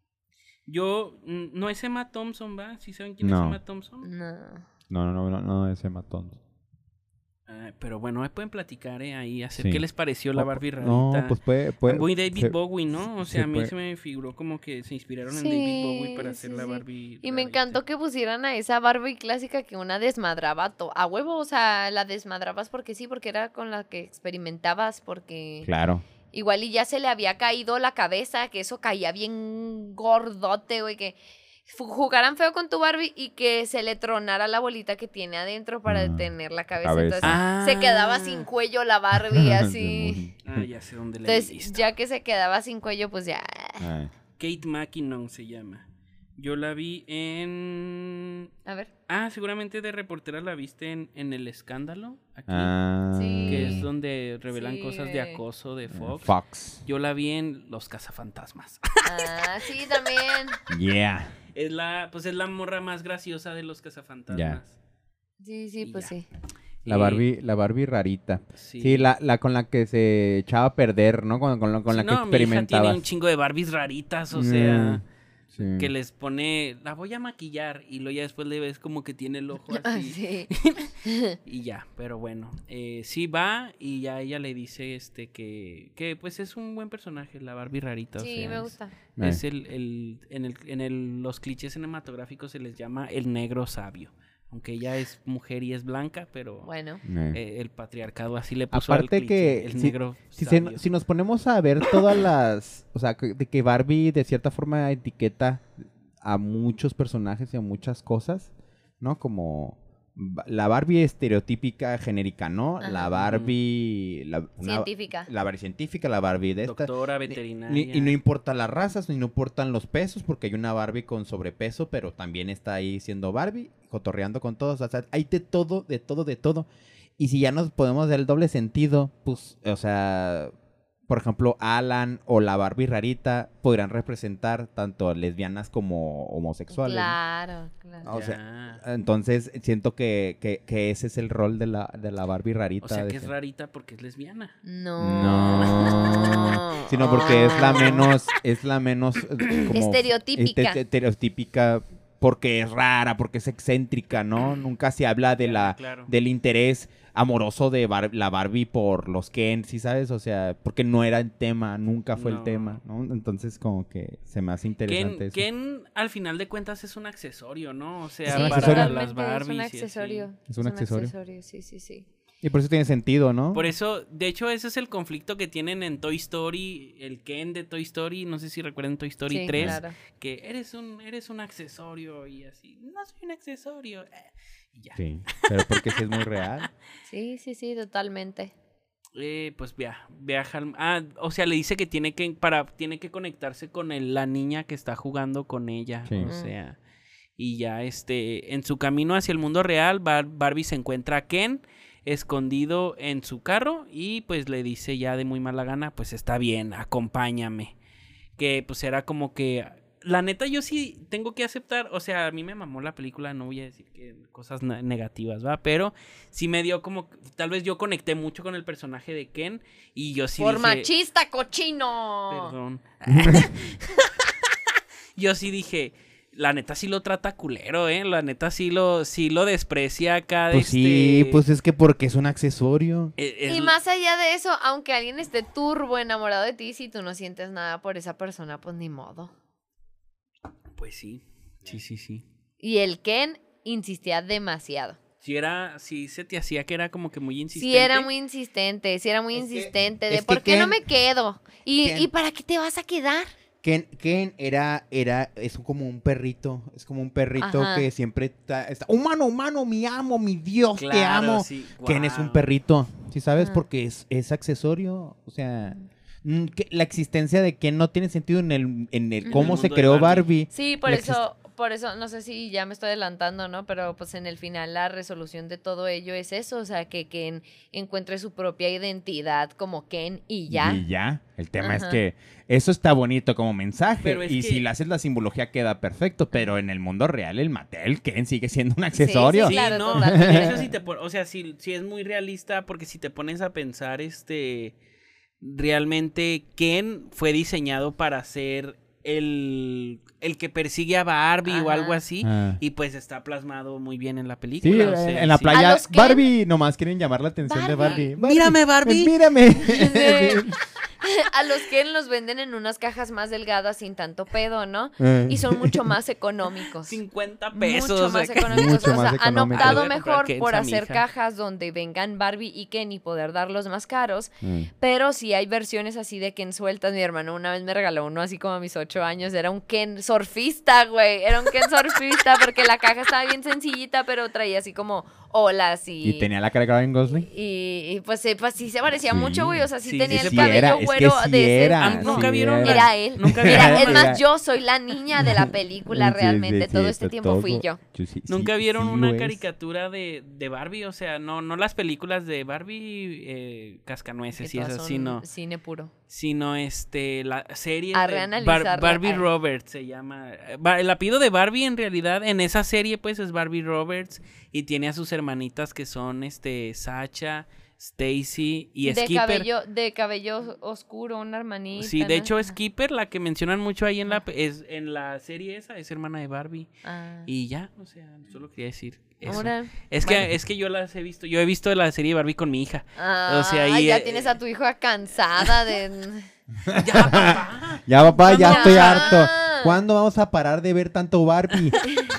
Yo, no es Emma Thompson, ¿va? ¿Sí saben quién No. es Emma Thompson? No. No, ese matón. Pero bueno, me pueden platicar ahí, hacer Sí. qué les pareció la Barbie rarita. No, pues puede. Muy David se- Bowie, ¿no? O sea, se a mí puede. se me figuró como que se inspiraron en Sí, David Bowie para hacer sí, la sí. Barbie Y me rarita. encantó que pusieran a esa Barbie clásica que una desmadraba a huevo, o sea, la desmadrabas porque sí, porque era con la que experimentabas, porque Claro. igual y ya se le había caído la cabeza, que eso caía bien gordote, güey, que jugaran feo con tu Barbie y que se le tronara la bolita que tiene adentro para detener la cabeza. cabeza. Entonces se quedaba sin cuello la Barbie, así. Ya sé dónde la he Entonces, visto. ya que se quedaba sin cuello, pues ya. Ay. Kate McKinnon se llama. Yo la vi en... A ver. seguramente de reportera la viste en El Escándalo, aquí. Sí. Que es donde revelan Sí, cosas de acoso de Fox. Fox. Yo la vi en Los Cazafantasmas. Ah, sí, también. Yeah. Es la morra más graciosa de Los Cazafantasmas. Ya. Sí, sí, Y pues ya. sí. La Barbie rarita. Sí, Sí, la con la que se echaba a perder, ¿no? Con la que mi hija experimentaba. tiene un chingo de Barbies raritas, o sea, Sí. que les pone, la voy a maquillar y luego ya después le ves como que tiene el ojo Ah, así. sí. Y ya, pero bueno, sí va y ya ella le dice que pues es un buen personaje, la Barbie rarita. Sí, o sea, me gusta. Es los clichés cinematográficos se les llama el negro sabio. Aunque ella es mujer y es blanca, pero Bueno. el patriarcado así le puso al Aparte cliché, que el si- negro Si, sabio. si nos ponemos a ver todas las... O sea, de que Barbie de cierta forma etiqueta a muchos personajes y a muchas cosas, ¿no? Como la Barbie estereotípica genérica, ¿no? Ajá. La Barbie... Científica. La Barbie científica, la Barbie de esta... Doctora, Ni- veterinaria. y no importa las razas, ni no importan los pesos, porque hay una Barbie con sobrepeso, pero también está ahí siendo Barbie, cotorreando con todos. O sea, hay de todo, de todo, de todo. Y si ya nos podemos dar el doble sentido, pues, o sea, por ejemplo, Alan o la Barbie rarita podrán representar tanto lesbianas como homosexuales. ¿no? Claro, claro. O sea, entonces siento que ese es el rol de la Barbie rarita. O sea, de que es rarita porque es lesbiana. No. Sino porque es la menos como Estereotípica. Estereotípica porque es rara, porque es excéntrica, ¿no? Nunca se habla de Claro. del interés amoroso de la Barbie por los Ken, ¿sí sabes? O sea, porque no era el tema, nunca fue el No. tema, ¿no? Entonces como que se me hace interesante eso. Ken, al final de cuentas, es un accesorio, ¿no? O sea, Sí, un para accesorio. las totalmente, Barbies. es un y así. accesorio. Es un accesorio. Sí, sí, sí. Y por eso tiene sentido, ¿no? Por eso, de hecho, ese es el conflicto que tienen en Toy Story, el Ken de Toy Story, no sé si recuerdan Toy Story Sí, 3, claro. que eres un accesorio y así, no soy un accesorio. Y ya. Sí, pero porque sí es muy real. Sí, sí, sí, totalmente. Pues viaja o sea, le dice que tiene que conectarse con la niña que está jugando con ella. Sí. O sea, y ya en su camino hacia el mundo real, Barbie se encuentra a Ken escondido en su carro y pues le dice ya de muy mala gana, pues está bien, acompáñame. Que pues era como que... La neta, yo sí tengo que aceptar, o sea, a mí me mamó la película, no voy a decir que cosas negativas, ¿va? Pero sí me dio como, tal vez yo conecté mucho con el personaje de Ken y yo sí Por dije... machista, cochino. Perdón. Yo sí dije, la neta sí lo trata culero, la neta sí lo desprecia acá. Pues sí, pues es que porque es un accesorio. Y más allá de eso, aunque alguien esté turbo enamorado de ti, si tú no sientes nada por esa persona, pues ni modo. Pues sí. Y el Ken insistía demasiado. Sí se te hacía que era como que muy insistente. Sí era muy insistente, de por qué no me quedo. ¿Y para qué te vas a quedar? Ken es como un perrito, Ajá. que siempre está, humano, mi amo, mi Dios, te amo. Sí. Ken es un perrito, ¿sí sabes? Porque es accesorio, o sea, la existencia de Ken no tiene sentido en el cómo se creó Barbie. Sí, por eso, no sé si ya me estoy adelantando, ¿no? Pero pues en el final la resolución de todo ello es eso, o sea, que Ken encuentre su propia identidad como Ken y ya. Y ya, el tema es que eso está bonito como mensaje y si le haces la simbología queda perfecto, pero en el mundo real el Ken sigue siendo un accesorio. Sí, claro, no, totalmente. eso o sea, sí es muy realista porque si te pones a pensar, realmente Ken fue diseñado para ser el que persigue a Barbie o algo así y pues está plasmado muy bien en la película. Sí, o sea, en la playa ¿A los Ken? Barbie nomás quieren llamar la atención de Barbie. Mírame, Barbie. Mírame. A los Ken los venden en unas cajas más delgadas sin tanto pedo, ¿no? Y son mucho más económicos. 50 pesos. Mucho más económicos. Mucho O sea, más han económicos. optado Voy a comprar mejor Kens por a mi hacer hija. cajas donde vengan Barbie y Ken y poder darlos más caros. Pero sí hay versiones así de Ken sueltas. Mi hermano una vez me regaló uno así como a mis 8 años. Era un Ken surfista, güey. Era un Ken surfista porque la caja estaba bien sencillita, pero traía así como olas y... ¿Y tenía la cara de Ryan Gosling? Y pues sí se parecía Sí. mucho, güey. O sea, sí Sí, tenía sí el se cabello era, es que güero sí de ese era, tipo. Nunca sí vieron Era él. Nunca Mira, vieron es Era- más, yo soy la niña de la película realmente. Todo este tiempo fui yo. ¿Nunca vieron sí una lo es. caricatura de Barbie? O sea, no las películas de Barbie cascanueces y todas eso, son cine puro. sino la serie A de reanalizarla. Barbie Roberts se llama. El apellido de Barbie en realidad en esa serie pues es Barbie Roberts y tiene a sus hermanitas que son Sacha, Stacy y Skipper. De cabello oscuro, una hermanita. Sí, de ¿no? hecho Skipper, la que mencionan mucho ahí en la serie esa, es hermana de Barbie. Ah. Y ya, o sea, solo quería decir eso. Ahora, Es que yo las he visto, yo he visto la serie de Barbie con mi hija. Ah, O sea, ahí, ya tienes a tu hija cansada de... Ya, papá. Ya, papá, ya No. estoy harto. ¿Cuándo vamos a parar de ver tanto Barbie?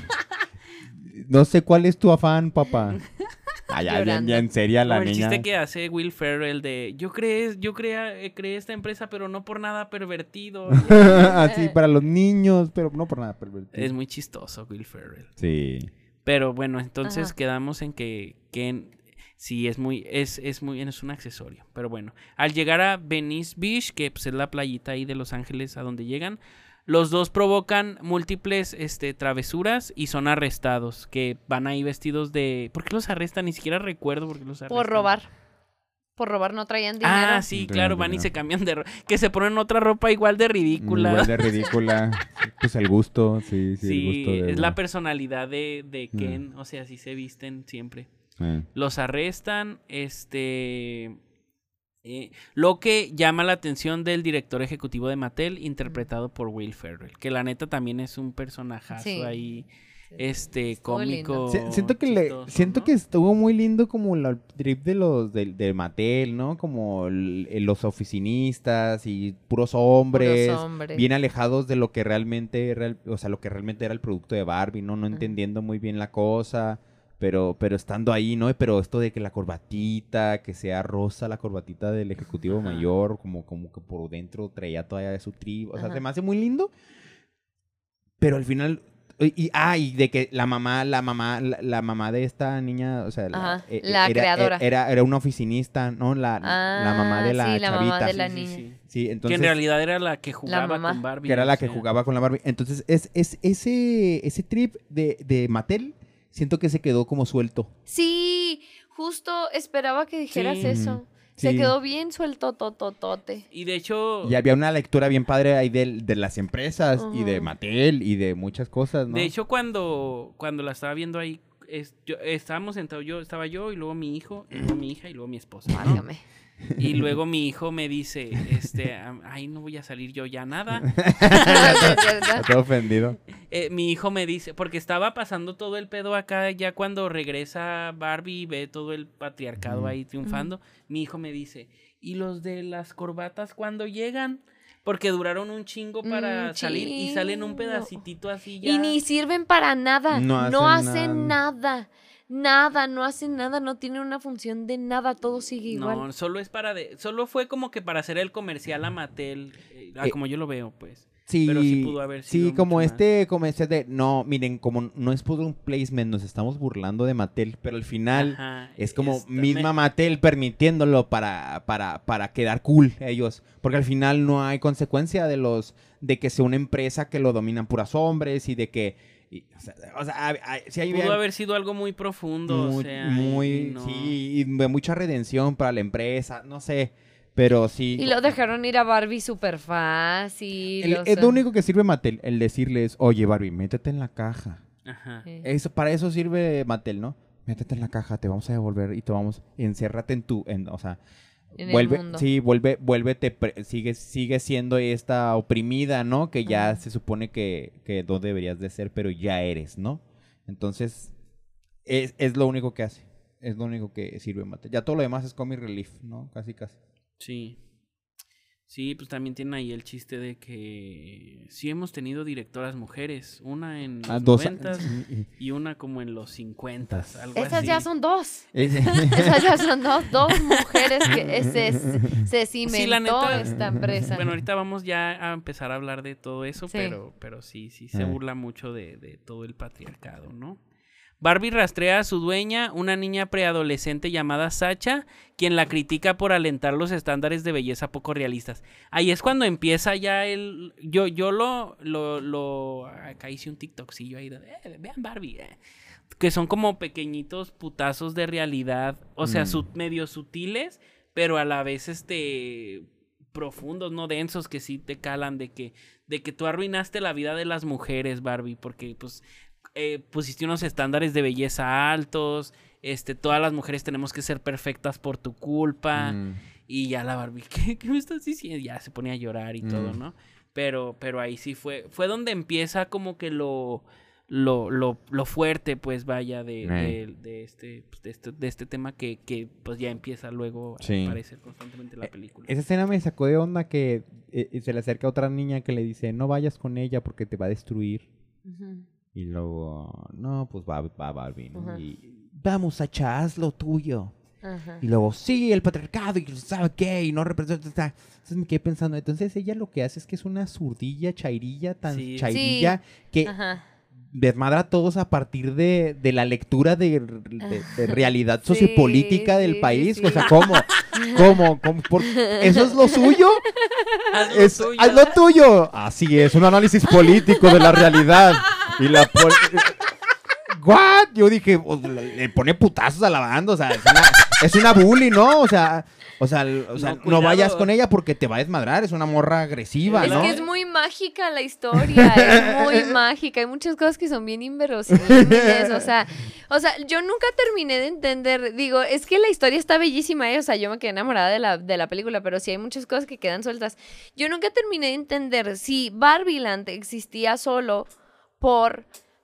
No sé cuál es tu afán, papá. Ya Llorando. en serio la Como el niña. chiste que hace Will Ferrell de yo creé esta empresa pero no por nada pervertido. Así para los niños, pero no por nada pervertido. Es muy chistoso Will Ferrell. Sí. Pero bueno, entonces Ajá. quedamos en que sí es un accesorio. Pero bueno, al llegar a Venice Beach, que pues es la playita ahí de Los Ángeles a donde llegan, los dos provocan múltiples travesuras y son arrestados, que van ahí vestidos de... ¿Por qué los arrestan? Ni siquiera recuerdo por qué los arrestan. Por robar. Por robar no traían dinero. Ah, sí, No claro, traían van y dinero. se cambian de que se ponen otra ropa igual de ridícula. Igual de ridícula. Pues el gusto, sí, el Sí, gusto de es la uno. personalidad de Ken, o sea, así se visten siempre. Eh. Los arrestan, lo que llama la atención del director ejecutivo de Mattel, interpretado por Will Ferrell, que la neta también es un personajazo Sí. ahí, Estuvo cómico. lindo. Siento que chistoso, ¿no? que estuvo muy lindo como el trip de los de Mattel, ¿no? Como los oficinistas y puros hombres, Puros hombres. bien alejados de lo que realmente era lo que realmente era el producto de Barbie, ¿no? No entendiendo muy bien la cosa, pero estando ahí, ¿no? Pero esto de que la corbatita, que sea rosa la corbatita del ejecutivo Ajá. mayor, como que por dentro traía todavía su tribu, o sea, Ajá. se me hace muy lindo. Pero al final Y de que la mamá de esta niña, o sea, la creadora. Era una oficinista, ¿no? La mamá de la sí, la chavita. mamá de la niña. Sí, entonces... Que en realidad era la que jugaba con Barbie. Que era la que jugaba con la Barbie. Entonces, ese trip de Mattel, siento que se quedó como suelto. Sí, justo esperaba que dijeras eso. Se quedó bien suelto, tototote. Y de hecho... Y había una lectura bien padre ahí de las empresas y de Mattel y de muchas cosas, ¿no? De hecho, cuando la estaba viendo ahí, estábamos sentados, estaba yo y luego mi hijo, y luego mi hija y luego mi esposa, ¿no? Válgame. Y luego mi hijo me dice, ay, no voy a salir yo ya nada. Está todo ofendido. Mi hijo me dice, porque estaba pasando todo el pedo acá, ya cuando regresa Barbie y ve todo el patriarcado ahí triunfando, mi hijo me dice, ¿y los de las corbatas cuándo llegan? Porque duraron un chingo para salir y salen un pedacitito así ya. Y ni sirven para nada. No hacen nada. Nada, no hacen nada, no tienen una función de nada, todo sigue igual. No, solo fue como que para hacer el comercial a Mattel, como yo lo veo, pues. Sí, pero sí pudo haber sido como mucho comercial de, no, miren, como no es por un placement, nos estamos burlando de Mattel, pero al final es como misma Mattel permitiéndolo para quedar cool ellos, porque al final no hay consecuencia de que sea una empresa que lo dominan puras hombres y de que pudo haber sido algo muy profundo, y de mucha redención para la empresa, no sé, pero sí. Y lo dejaron ir a Barbie súper fácil. Es lo único que sirve Mattel, el decirles, oye Barbie, métete en la caja. Ajá. Para eso sirve Mattel, ¿no? Métete en la caja, te vamos a devolver y enciérrate en el mundo. Sí, vuélvete, sigue siendo esta oprimida, ¿no? Que ya se supone que no deberías de ser, pero ya eres, ¿no? Entonces, es lo único que hace. Es lo único que sirve Mattel. Ya todo lo demás es comic relief, ¿no? Casi. Sí. Sí, pues también tiene ahí el chiste de que sí hemos tenido directoras mujeres, una en los 90s y una como en los 50s, algo Esas así. ya son dos. Esas ya son dos mujeres que se cimentó esta empresa. Bueno, ahorita vamos ya a empezar a hablar de todo eso, pero sí se burla mucho de todo el patriarcado, ¿no? Barbie rastrea a su dueña, una niña preadolescente llamada Sacha, quien la critica por alentar los estándares de belleza poco realistas. Ahí es cuando empieza ya acá hice un TikTokcillo ahí de, vean Barbie, que son como pequeñitos putazos de realidad, o sea, medio sutiles, pero a la vez profundos, no densos, que sí te calan de que tú arruinaste la vida de las mujeres, Barbie, porque pues pusiste unos estándares de belleza altos, todas las mujeres tenemos que ser perfectas por tu culpa, y ya la Barbie, ¿qué me estás diciendo? Ya se ponía a llorar y todo, ¿no? Pero ahí sí fue donde empieza como que lo fuerte, pues vaya, de este tema que pues ya empieza luego a aparecer constantemente en la película. Esa escena me sacó de onda que se le acerca a otra niña que le dice, no vayas con ella porque te va a destruir. Y luego, no, pues va Barbie, ¿no? Y vamos, Sacha, haz lo tuyo. Y luego, sí, el patriarcado, y sabe qué, y no representa. Entonces me quedé pensando, entonces ella lo que hace es que es una zurdilla, chairilla, chairilla, que desmadra a todos a partir de la lectura de realidad sociopolítica del país. O sea, ¿cómo? ¿Eso es lo suyo? Haz lo tuyo. Así es, un análisis político de la realidad. Y ¿what? Yo dije, le pone putazos a la banda, o sea, es una bully, ¿no? O sea, no vayas con ella porque te va a desmadrar, es una morra agresiva, ¿no? Es que es muy mágica la historia, es muy mágica, hay muchas cosas que son bien inverosímiles, o sea, yo nunca terminé de entender, digo, es que la historia está bellísima, o sea, yo me quedé enamorada de la película, pero sí hay muchas cosas que quedan sueltas. Yo nunca terminé de entender si Barbieland existía solo por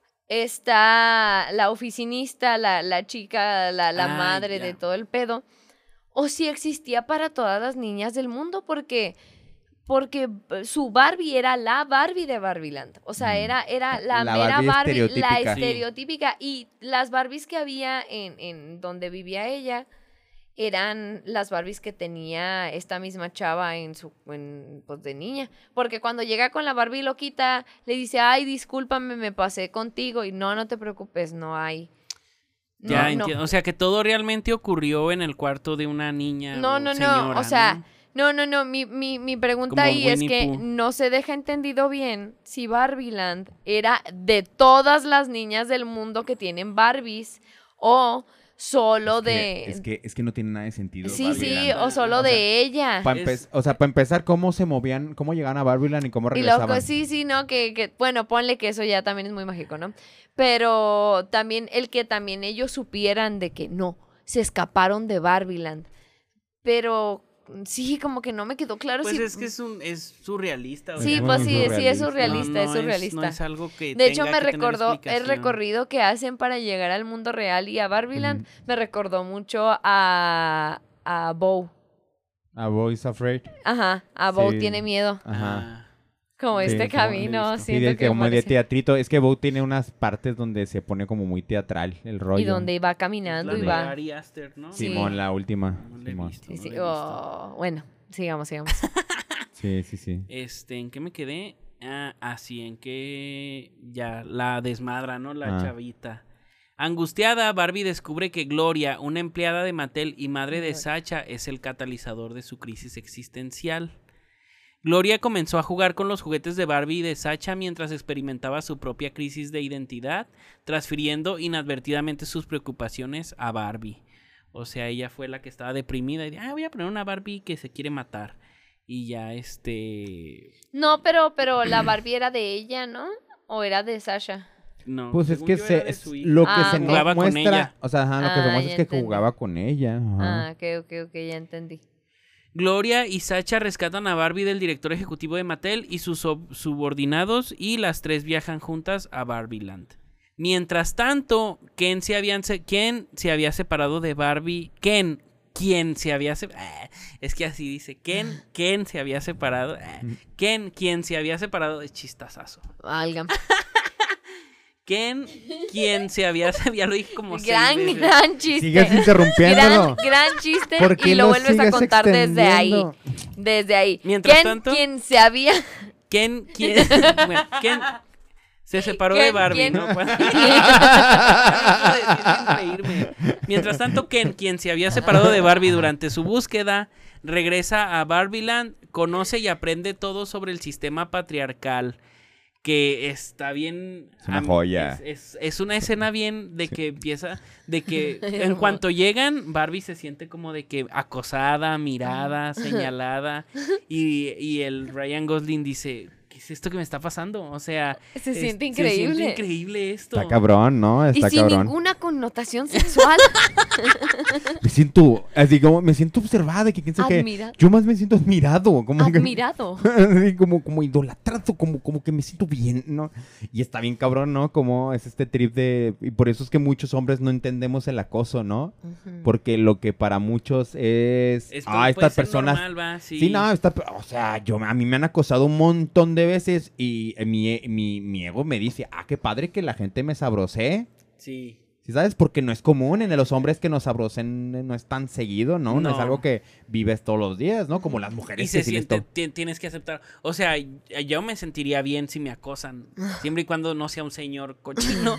la oficinista, la chica, la madre de todo el pedo, o si existía para todas las niñas del mundo, porque su Barbie era la Barbie de Barbieland, o sea, era la mera Barbie, la estereotípica, y las Barbies que había en donde vivía ella eran las Barbies que tenía esta misma chava pues de niña. Porque cuando llega con la Barbie loquita, le dice, ay, discúlpame, me pasé contigo. Y no te preocupes, no hay. Ya entiendo. O sea, que todo realmente ocurrió en el cuarto de una niña. Señora, o sea, no. Mi pregunta Como ahí es Winnie que Pooh. no se deja entendido bien si Barbieland era de todas las niñas del mundo que tienen Barbies o solo Es que no tiene nada de sentido. Sí, Barbieland. o solo de ella. Para empezar, cómo se movían, cómo llegaban a Barbieland y cómo Y regresaban. loco, sí, ¿no? Bueno, ponle que eso ya también es muy mágico, ¿no? Pero también el que también ellos supieran de que no, se escaparon de Barbieland. Pero sí, como que no me quedó claro Pues si... es que es surrealista. o Sí, sea, pues muy sí, es surrealista. surrealista, es surrealista. No es algo que De hecho, tenga me que tener recordó el explicación. recorrido que hacen para llegar al mundo real y a Barbieland. Ujú. Me recordó mucho a Bo. A Boys Afraid. Ajá, a Bo Sí. tiene miedo. Ajá. Ah, Como Sí, este como camino, listo. Sí, siento de que como de parece. teatrito. Es que Bo tiene unas partes donde se pone como muy teatral el rollo. Y donde va es caminando la y de va. Ari Aster, ¿no? Sí. Simón, la última. No la he Simón. visto, Sí, no sí. la he visto. Oh, bueno, sigamos. Sí. ¿En qué me quedé? Sí, en que ya la desmadra, ¿no? La chavita. Angustiada, Barbie descubre que Gloria, una empleada de Mattel y madre de Sacha, es el catalizador de su crisis existencial. Gloria comenzó a jugar con los juguetes de Barbie y de Sacha mientras experimentaba su propia crisis de identidad, transfiriendo inadvertidamente sus preocupaciones a Barbie. O sea, ella fue la que estaba deprimida y dijo, voy a poner una Barbie que se quiere matar. Y ya No, pero la Barbie era de ella, ¿no? ¿O era de Sasha? No, Pues es según que yo era de su hija. lo que Ah, se ok. nos Jugaba con muestra, ella. o sea, lo que se muestra ya es que entendí. jugaba con ella. Ajá. Ok, ya entendí. Gloria y Sacha rescatan a Barbie del director ejecutivo de Mattel y sus subordinados y las tres viajan juntas a Barbieland. Mientras tanto, Ken se había separado de Barbie. Quien se había separado. Es que así dice. Ken se había separado. Quien se había separado de chistazazo. Válgame. Quien se había ya lo dije como Gran 6 veces. gran chiste. Sigues interrumpiéndolo. Gran chiste ¿Por qué y lo lo vuelves a sigues contar desde ahí. extendiendo? Desde ahí. Mientras tanto- Quien se había... Ken se separó de Barbie, ¿Quién? ¿no? Sin reírme. Mientras tanto, quien se había separado de Barbie durante su búsqueda, regresa a Barbieland, conoce y aprende todo sobre el sistema patriarcal, que está bien... Es una joya. Es una escena bien de que empieza, de que en cuanto llegan, Barbie se siente como de que acosada, mirada, señalada, y el Ryan Gosling dice... ¿Qué es esto que me está pasando? O sea... Se siente Se siente increíble. increíble esto. Está cabrón, ¿no? Y Está sin cabrón. ninguna connotación sexual. Me siento, así como, me siento observada, que quién sabe qué. Admirado. Yo más me siento admirado, como que... Admirado. así como idolatrado, como que me siento bien, ¿no? Y está bien cabrón, ¿no? Como es este trip de... Y por eso es que muchos hombres no entendemos el acoso, ¿no? Ujú. Porque lo que para muchos es... Es como puede estas ser personas... normal, ¿va? Sí, no, o sea, a mí me han acosado un montón de veces y mi ego me dice, qué padre que la gente me sabrosee. Sí. ¿Sí sabes? Porque no es común en los hombres que nos sabrocen, no es tan seguido, ¿no? No es No. algo que vives todos los días, ¿no? Como las Y mujeres se que sí les siente, to- tienes que aceptar. O sea, yo me sentiría bien si me acosan. Siempre y cuando no sea un señor cochino.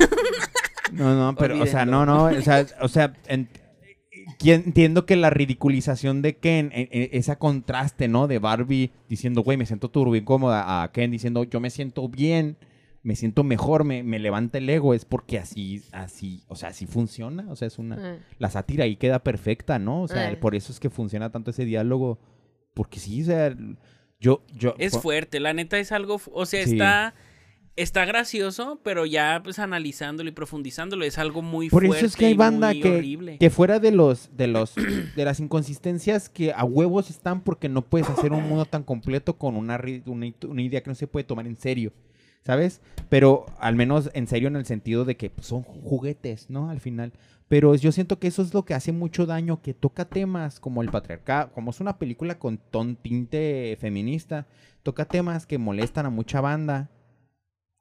No, pero, o sea, Olvídenlo. o sea, entiendo que la ridiculización de Ken, ese contraste, ¿no? De Barbie diciendo, güey, me siento turbo incómoda, a Ken diciendo, yo me siento bien, me siento mejor, me levanta el ego, es porque así, o sea, así funciona, o sea, es una... La sátira ahí queda perfecta, ¿no? O sea, por eso es que funciona tanto ese diálogo, porque sí, o sea, yo... Es fuerte, la neta es algo, o sea, Sí. está gracioso, pero ya pues analizándolo y profundizándolo es algo muy Por fuerte. eso es que hay y banda muy horrible. que fuera de las inconsistencias que a huevos están porque no puedes hacer un mundo tan completo con una idea que no se puede tomar en serio, ¿sabes? Pero al menos en serio en el sentido de que pues, son juguetes, ¿no? Al final. Pero yo siento que eso es lo que hace mucho daño, que toca temas como el patriarcado, como es una película con tinte feminista, toca temas que molestan a mucha banda.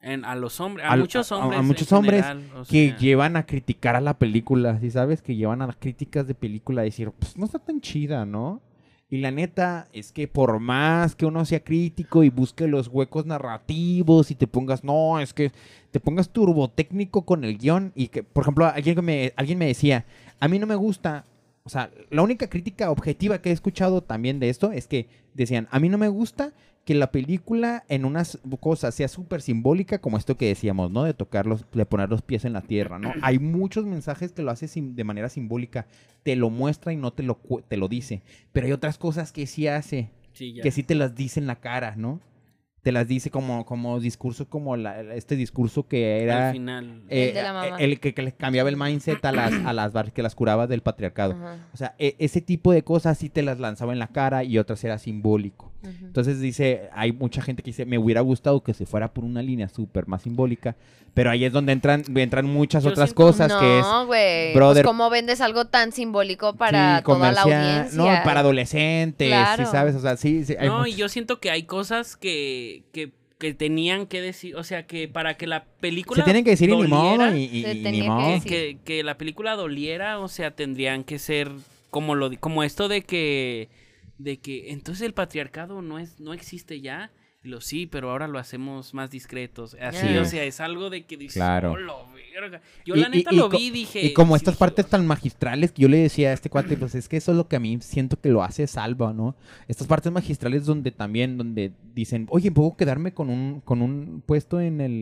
A los hombres, a muchos hombres. A muchos en hombres general, o que sea, llevan a criticar a la película, ¿sí sabes? Que llevan a las críticas de película a decir, pues no está tan chida, ¿no? Y la neta es que por más que uno sea crítico y busque los huecos narrativos y te pongas, no, es que te pongas turbotécnico con el guión y que, por ejemplo, alguien me decía, a mí no me gusta, o sea, la única crítica objetiva que he escuchado también de esto es que decían, a mí no me gusta que la película en unas cosas sea súper simbólica, como esto que decíamos, ¿no? De de poner los pies en la tierra, ¿no? Hay muchos mensajes que lo hace de manera simbólica, te lo muestra y no te lo dice. Pero hay otras cosas que sí hace, sí, ya. que sí te las dice en la cara, ¿no? Te las dice como discurso, como este discurso que era... Al final. El de la mamá. El que les cambiaba el mindset a las que las curaba del patriarcado. Ajá. O sea, ese tipo de cosas sí te las lanzaba en la cara y otras era simbólico. Ujú. Entonces dice, hay mucha gente que dice, me hubiera gustado que se fuera por una línea súper más simbólica, pero ahí es donde entran muchas Yo otras siento- cosas que es, No, güey. brother, Pues ¿cómo vendes algo tan simbólico para sí, toda la comercial, audiencia? no, para adolescentes, Claro. sí, ¿sabes? O sea, sí, hay No, y muchos- yo siento que hay cosas que tenían que decir, o sea, que para que la película se tienen que decir y ni modo, doliera, y Se ni tenía que modo. decir. que la película doliera, o sea, tendrían que ser como esto de que entonces el patriarcado no existe ya. Sí, pero ahora lo hacemos más discretos. Así, Ah. o sea, es algo de que dices, Claro. "Oh, la verga". Yo la neta lo vi y dije... Y como sí, estas dije, partes tan magistrales que yo le decía a este cuate, pues es que eso es lo que a mí siento que lo hace salva, ¿no? Estas partes magistrales donde dicen, oye, ¿puedo quedarme con un puesto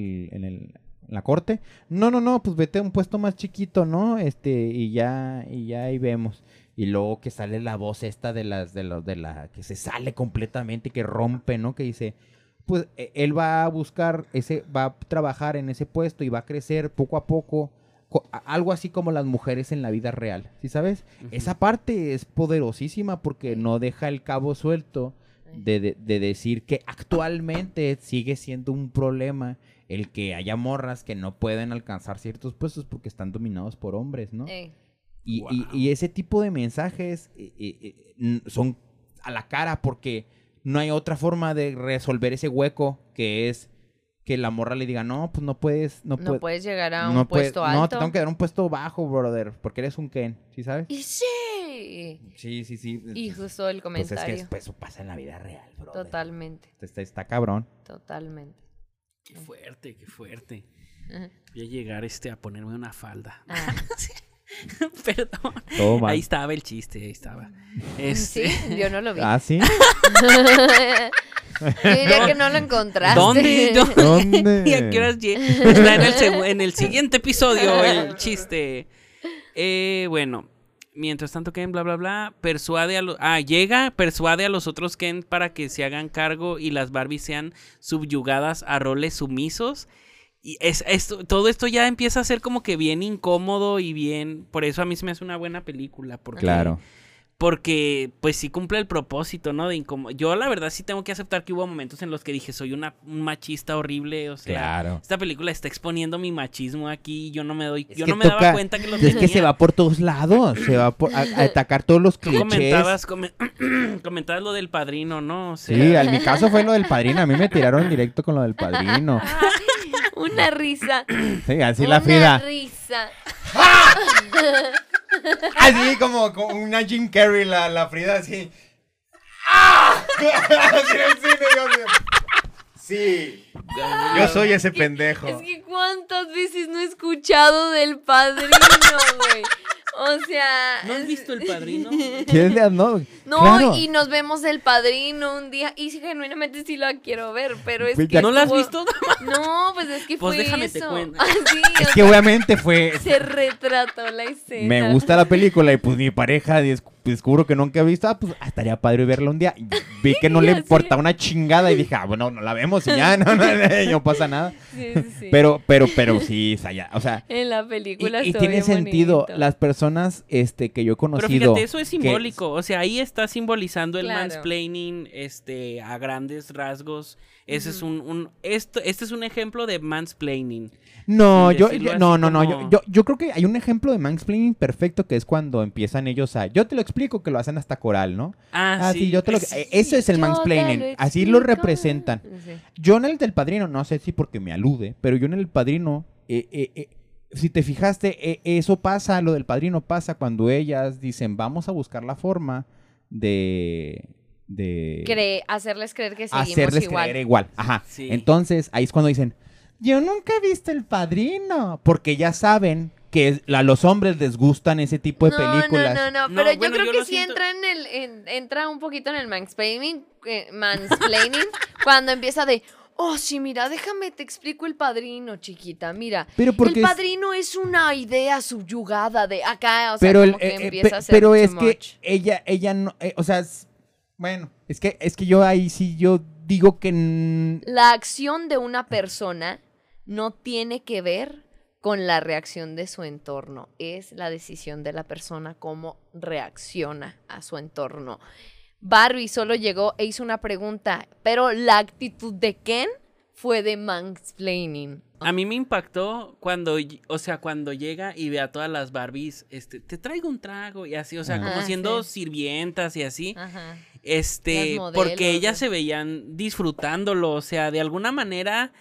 en la corte? No, pues vete a un puesto más chiquito, ¿no? Y ya ahí vemos. Y luego que sale la voz esta de la que se sale completamente y que rompe, ¿no? Que dice, pues él va a buscar va a trabajar en ese puesto y va a crecer poco a poco, algo así como las mujeres en la vida real, ¿sí sabes? Ujú. Esa parte es poderosísima porque no deja el cabo suelto de decir que actualmente sigue siendo un problema el que haya morras que no pueden alcanzar ciertos puestos porque están dominados por hombres, ¿no? Ey. Y, Wow. y ese tipo de mensajes son a la cara porque no hay otra forma de resolver ese hueco que es que la morra le diga, no, pues no puedes puedes llegar a no un puesto alto. No, te tengo que dar un puesto bajo, brother, porque eres un Ken, ¿sí sabes? Y sí. Sí. Y justo el Pues es comentario. que eso pasa en la vida real, brother. Totalmente, Está cabrón. totalmente. Qué fuerte, qué fuerte. Ajá. Voy a llegar a ponerme una falda. Ah. Perdón. Toma. Ahí estaba el chiste, ahí estaba. Sí, yo no lo vi. Ah, ¿sí? Yo diría que no lo encontraste. ¿Dónde? ¿Dónde? ¿Y a qué horas está en el siguiente episodio el chiste? Bueno, mientras tanto Ken, bla, bla, bla, persuade a los otros Ken para que se hagan cargo y las Barbies sean subyugadas a roles sumisos. Y todo esto ya empieza a ser como que bien incómodo y bien... Por eso a mí se me hace una buena película. Porque, Claro. Porque pues sí cumple el propósito, ¿no? Yo la verdad sí tengo que aceptar que hubo momentos en los que dije, soy un machista horrible. O sea, Claro. esta película está exponiendo mi machismo aquí y yo no me Es yo que no me daba toca- cuenta que lo Es tenía. que se va por todos lados. Se va a atacar todos los Tú clichés. comentabas lo del Padrino, ¿no? O sea, Sí, en mi caso fue lo del Padrino. A mí me tiraron directo con lo del Padrino. Una risa. Sí, así Una la Frida. risa. Así como una Jim Carrey, la Frida así. ¡Ah! Así en el cine, sí. Yo soy ese pendejo. Es que cuántas veces no he escuchado del Padrino, güey. O sea... ¿no has visto El Padrino? ¿Quieres ver? No, No, claro. y nos vemos del Padrino un día. Y sí, genuinamente sí la quiero ver, pero es Pues que... ya- ¿No la has fue- visto? No, pues es que Pues fue déjame eso. te cuento. Así, Es que obviamente fue... se retrató la escena. Me gusta la película y pues mi pareja descubro que nunca he visto. Pues estaría padre verla un día. Y vi que no le Así. importaba una chingada y dije, bueno, no la vemos y ya, no pasa nada. Sí, sí. Pero sí, o sea... En la película Y estuvo tiene bien sentido. bonito. Las personas que yo he conocido... Pero fíjate, eso es que- simbólico. O sea, ahí está simbolizando el Claro. mansplaining a grandes rasgos. Ese es este es un ejemplo de mansplaining. No, Sin decirlo no, así no, como- yo creo que hay un ejemplo de mansplaining perfecto que es cuando empiezan ellos yo te lo explico que lo hacen hasta coral, ¿no? Sí, yo te lo... sí. Eso es el Yo te mansplaining, así lo representan. Sí. Yo en el del Padrino, no sé si porque me alude, pero yo en el Padrino, si te fijaste, eso pasa, lo del Padrino pasa cuando ellas dicen, vamos a buscar la forma de Hacerles creer que seguimos hacerles igual. creer igual. Ajá. Sí. Entonces, ahí es cuando dicen, yo nunca he visto El Padrino, porque ya saben que a los hombres les gustan ese tipo de películas. No, No, pero yo bueno, creo yo que lo sí siento. entra un poquito en el mansplaining, cuando empieza de, oh, sí, mira, déjame te explico El Padrino, chiquita, mira. Pero porque El es- Padrino es una idea subyugada de acá, o sea, pero como que empieza a ser pero too es que much. ella no, o sea, bueno, es que yo ahí sí yo digo que La acción de una persona no tiene que ver con la reacción de su entorno. Es la decisión de la persona cómo reacciona a su entorno. Barbie solo llegó e hizo una pregunta, pero la actitud de Ken fue de mansplaining. A mí me impactó cuando llega y ve a todas las Barbies, te traigo un trago y así, o sea, como siendo sí. sirvientas y así. Ajá. Las modelos, Porque ellas ¿no? se veían disfrutándolo, o sea, de alguna manera,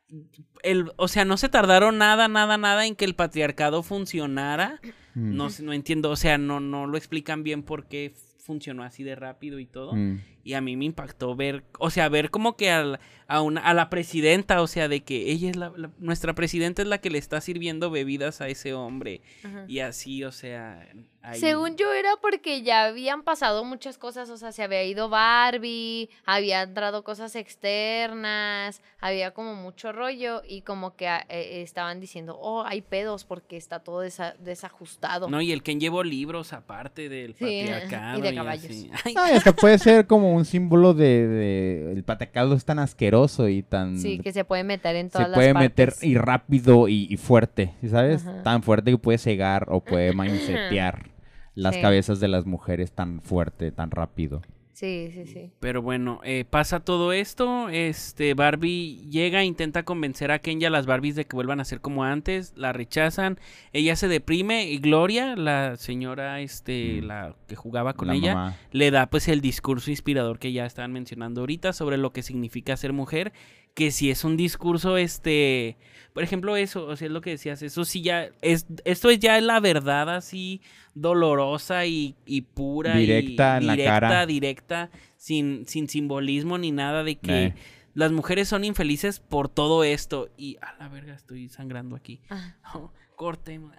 o sea, no se tardaron nada en que el patriarcado funcionara. No entiendo, o sea, no lo explican bien por qué funcionó así de rápido y todo. Y a mí me impactó ver como que a la presidenta, o sea, de que ella es nuestra presidenta es la que le está sirviendo bebidas a ese hombre. Ajá. Y así, o sea, ahí... Según yo era porque ya habían pasado muchas cosas, o sea, se había ido Barbie, había entrado cosas externas, había como mucho rollo y como que estaban diciendo, oh, hay pedos porque está todo desajustado. No, y el Ken llevó libros aparte del Sí, patriarcado. y de caballos. así. Ay, no, hasta puede ser como un símbolo de el patriarcado es tan asqueroso y tan Sí, que se puede meter en se todas las puede partes. meter y rápido y fuerte, ¿sabes? Ajá. Tan fuerte que puede cegar o puede mañosetear las Sí. cabezas de las mujeres tan fuerte, tan rápido. Sí. Pero bueno, pasa todo esto, Barbie llega, intenta convencer a Ken y a las Barbies de que vuelvan a ser como antes, la rechazan, ella se deprime y Gloria, la señora, la que jugaba con La ella, mamá. le da pues el discurso inspirador que ya estaban mencionando ahorita sobre lo que significa ser mujer, que si es un discurso, por ejemplo eso, o sea, es lo que decías, eso sí ya, esto es ya la verdad así dolorosa y pura Directa en la cara. directa, sin simbolismo ni nada de que las mujeres son infelices por todo esto y a la verga estoy sangrando aquí. No, cortemos.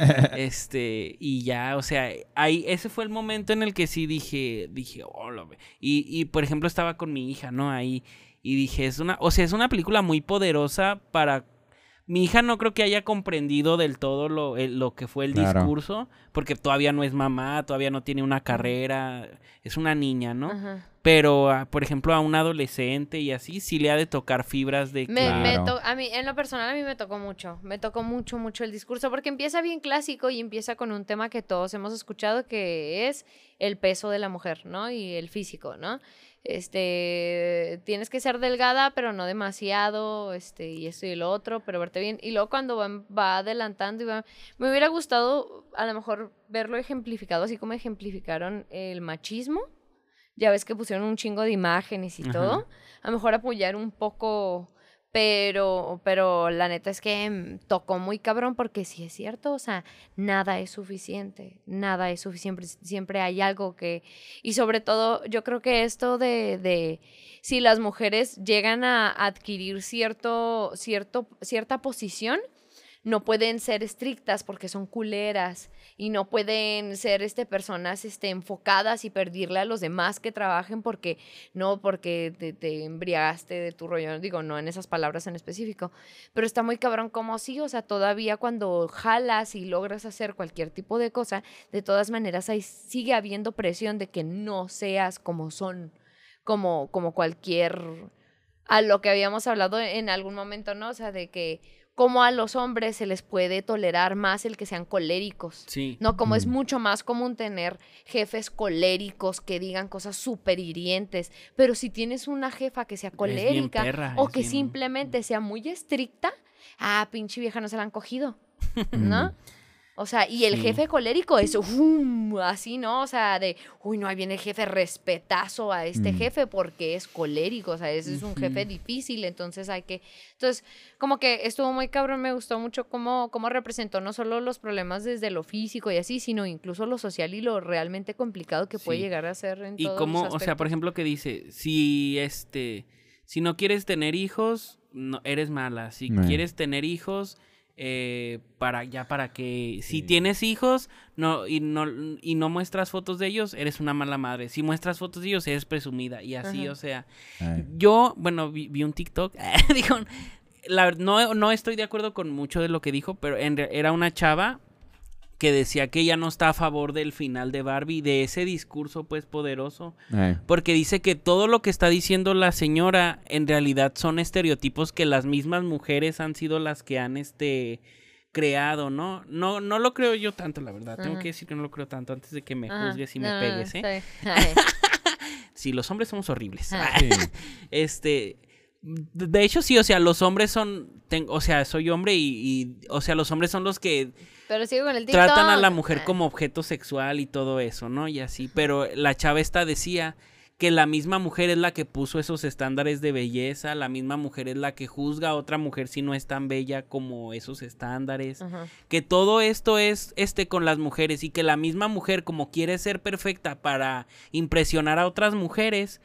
Y ya, o sea, ahí ese fue el momento en el que sí dije, oh, y por ejemplo estaba con mi hija, ¿no? Ahí y dije, es una película muy poderosa para... Mi hija no creo que haya comprendido del todo lo que fue el discurso, porque todavía no es mamá, todavía no tiene una carrera, es una niña, ¿no? Ajá. Pero, por ejemplo, a un adolescente y así, sí le ha de tocar fibras de que... A mí, en lo personal, a mí me tocó mucho el discurso, porque empieza bien clásico y empieza con un tema que todos hemos escuchado, que es el peso de la mujer, ¿no? Y el físico, ¿no? Tienes que ser delgada, pero no demasiado, y esto y lo otro, pero verte bien. Y luego cuando va adelantando me hubiera gustado a lo mejor verlo ejemplificado, así como ejemplificaron el machismo. Ya ves que pusieron un chingo de imágenes y todo. A lo mejor apoyar un poco, pero la neta es que tocó muy cabrón porque sí es cierto, o sea, nada es suficiente, siempre hay algo que... Y sobre todo, yo creo que esto de si las mujeres llegan a adquirir cierta posición, no pueden ser estrictas porque son culeras y no pueden ser personas enfocadas y pedirle a los demás que trabajen porque te embriagaste de tu rollo, digo, no en esas palabras en específico, pero está muy cabrón como sí, o sea, todavía cuando jalas y logras hacer cualquier tipo de cosa, de todas maneras ahí sigue habiendo presión de que no seas como son, como cualquier, a lo que habíamos hablado en algún momento, ¿no? O sea, de que como a los hombres se les puede tolerar más el que sean coléricos. Sí. No, como es mucho más común tener jefes coléricos que digan cosas súper hirientes. Pero si tienes una jefa que sea colérica perra, o que bien... simplemente sea muy estricta, pinche vieja no se la han cogido, ¿no? O sea, y el jefe colérico es así, ¿no? O sea, no, ahí viene el jefe, respetazo a este jefe porque es colérico, o sea, ese es un jefe difícil, entonces como que estuvo muy cabrón, me gustó mucho cómo representó no solo los problemas desde lo físico y así, sino incluso lo social y lo realmente complicado que puede llegar a ser en todos los aspectos. O sea, por ejemplo, que dice, si no quieres tener hijos, no, eres mala, si quieres tener hijos... para que si tienes hijos y no muestras fotos de ellos, eres una mala madre. Si muestras fotos de ellos, eres presumida. Y así, o sea, yo, bueno, vi un TikTok, dijo, no estoy de acuerdo con mucho de lo que dijo, pero era una chava que decía que ella no está a favor del final de Barbie, de ese discurso pues poderoso, porque dice que todo lo que está diciendo la señora en realidad son estereotipos que las mismas mujeres han sido las que han creado, ¿no? No lo creo yo tanto, la verdad. Tengo que decir que no lo creo tanto antes de que me juzgues y me pegues, ¿eh? Sí, los hombres somos horribles. De hecho, sí, o sea, los hombres soy hombre y o sea, los hombres son los que pero sigo con el TikTok. Tratan a la mujer como objeto sexual y todo eso, ¿no? Y así, pero la chava esta decía que la misma mujer es la que puso esos estándares de belleza, la misma mujer es la que juzga a otra mujer si no es tan bella como esos estándares, que todo esto es con las mujeres y que la misma mujer como quiere ser perfecta para impresionar a otras mujeres,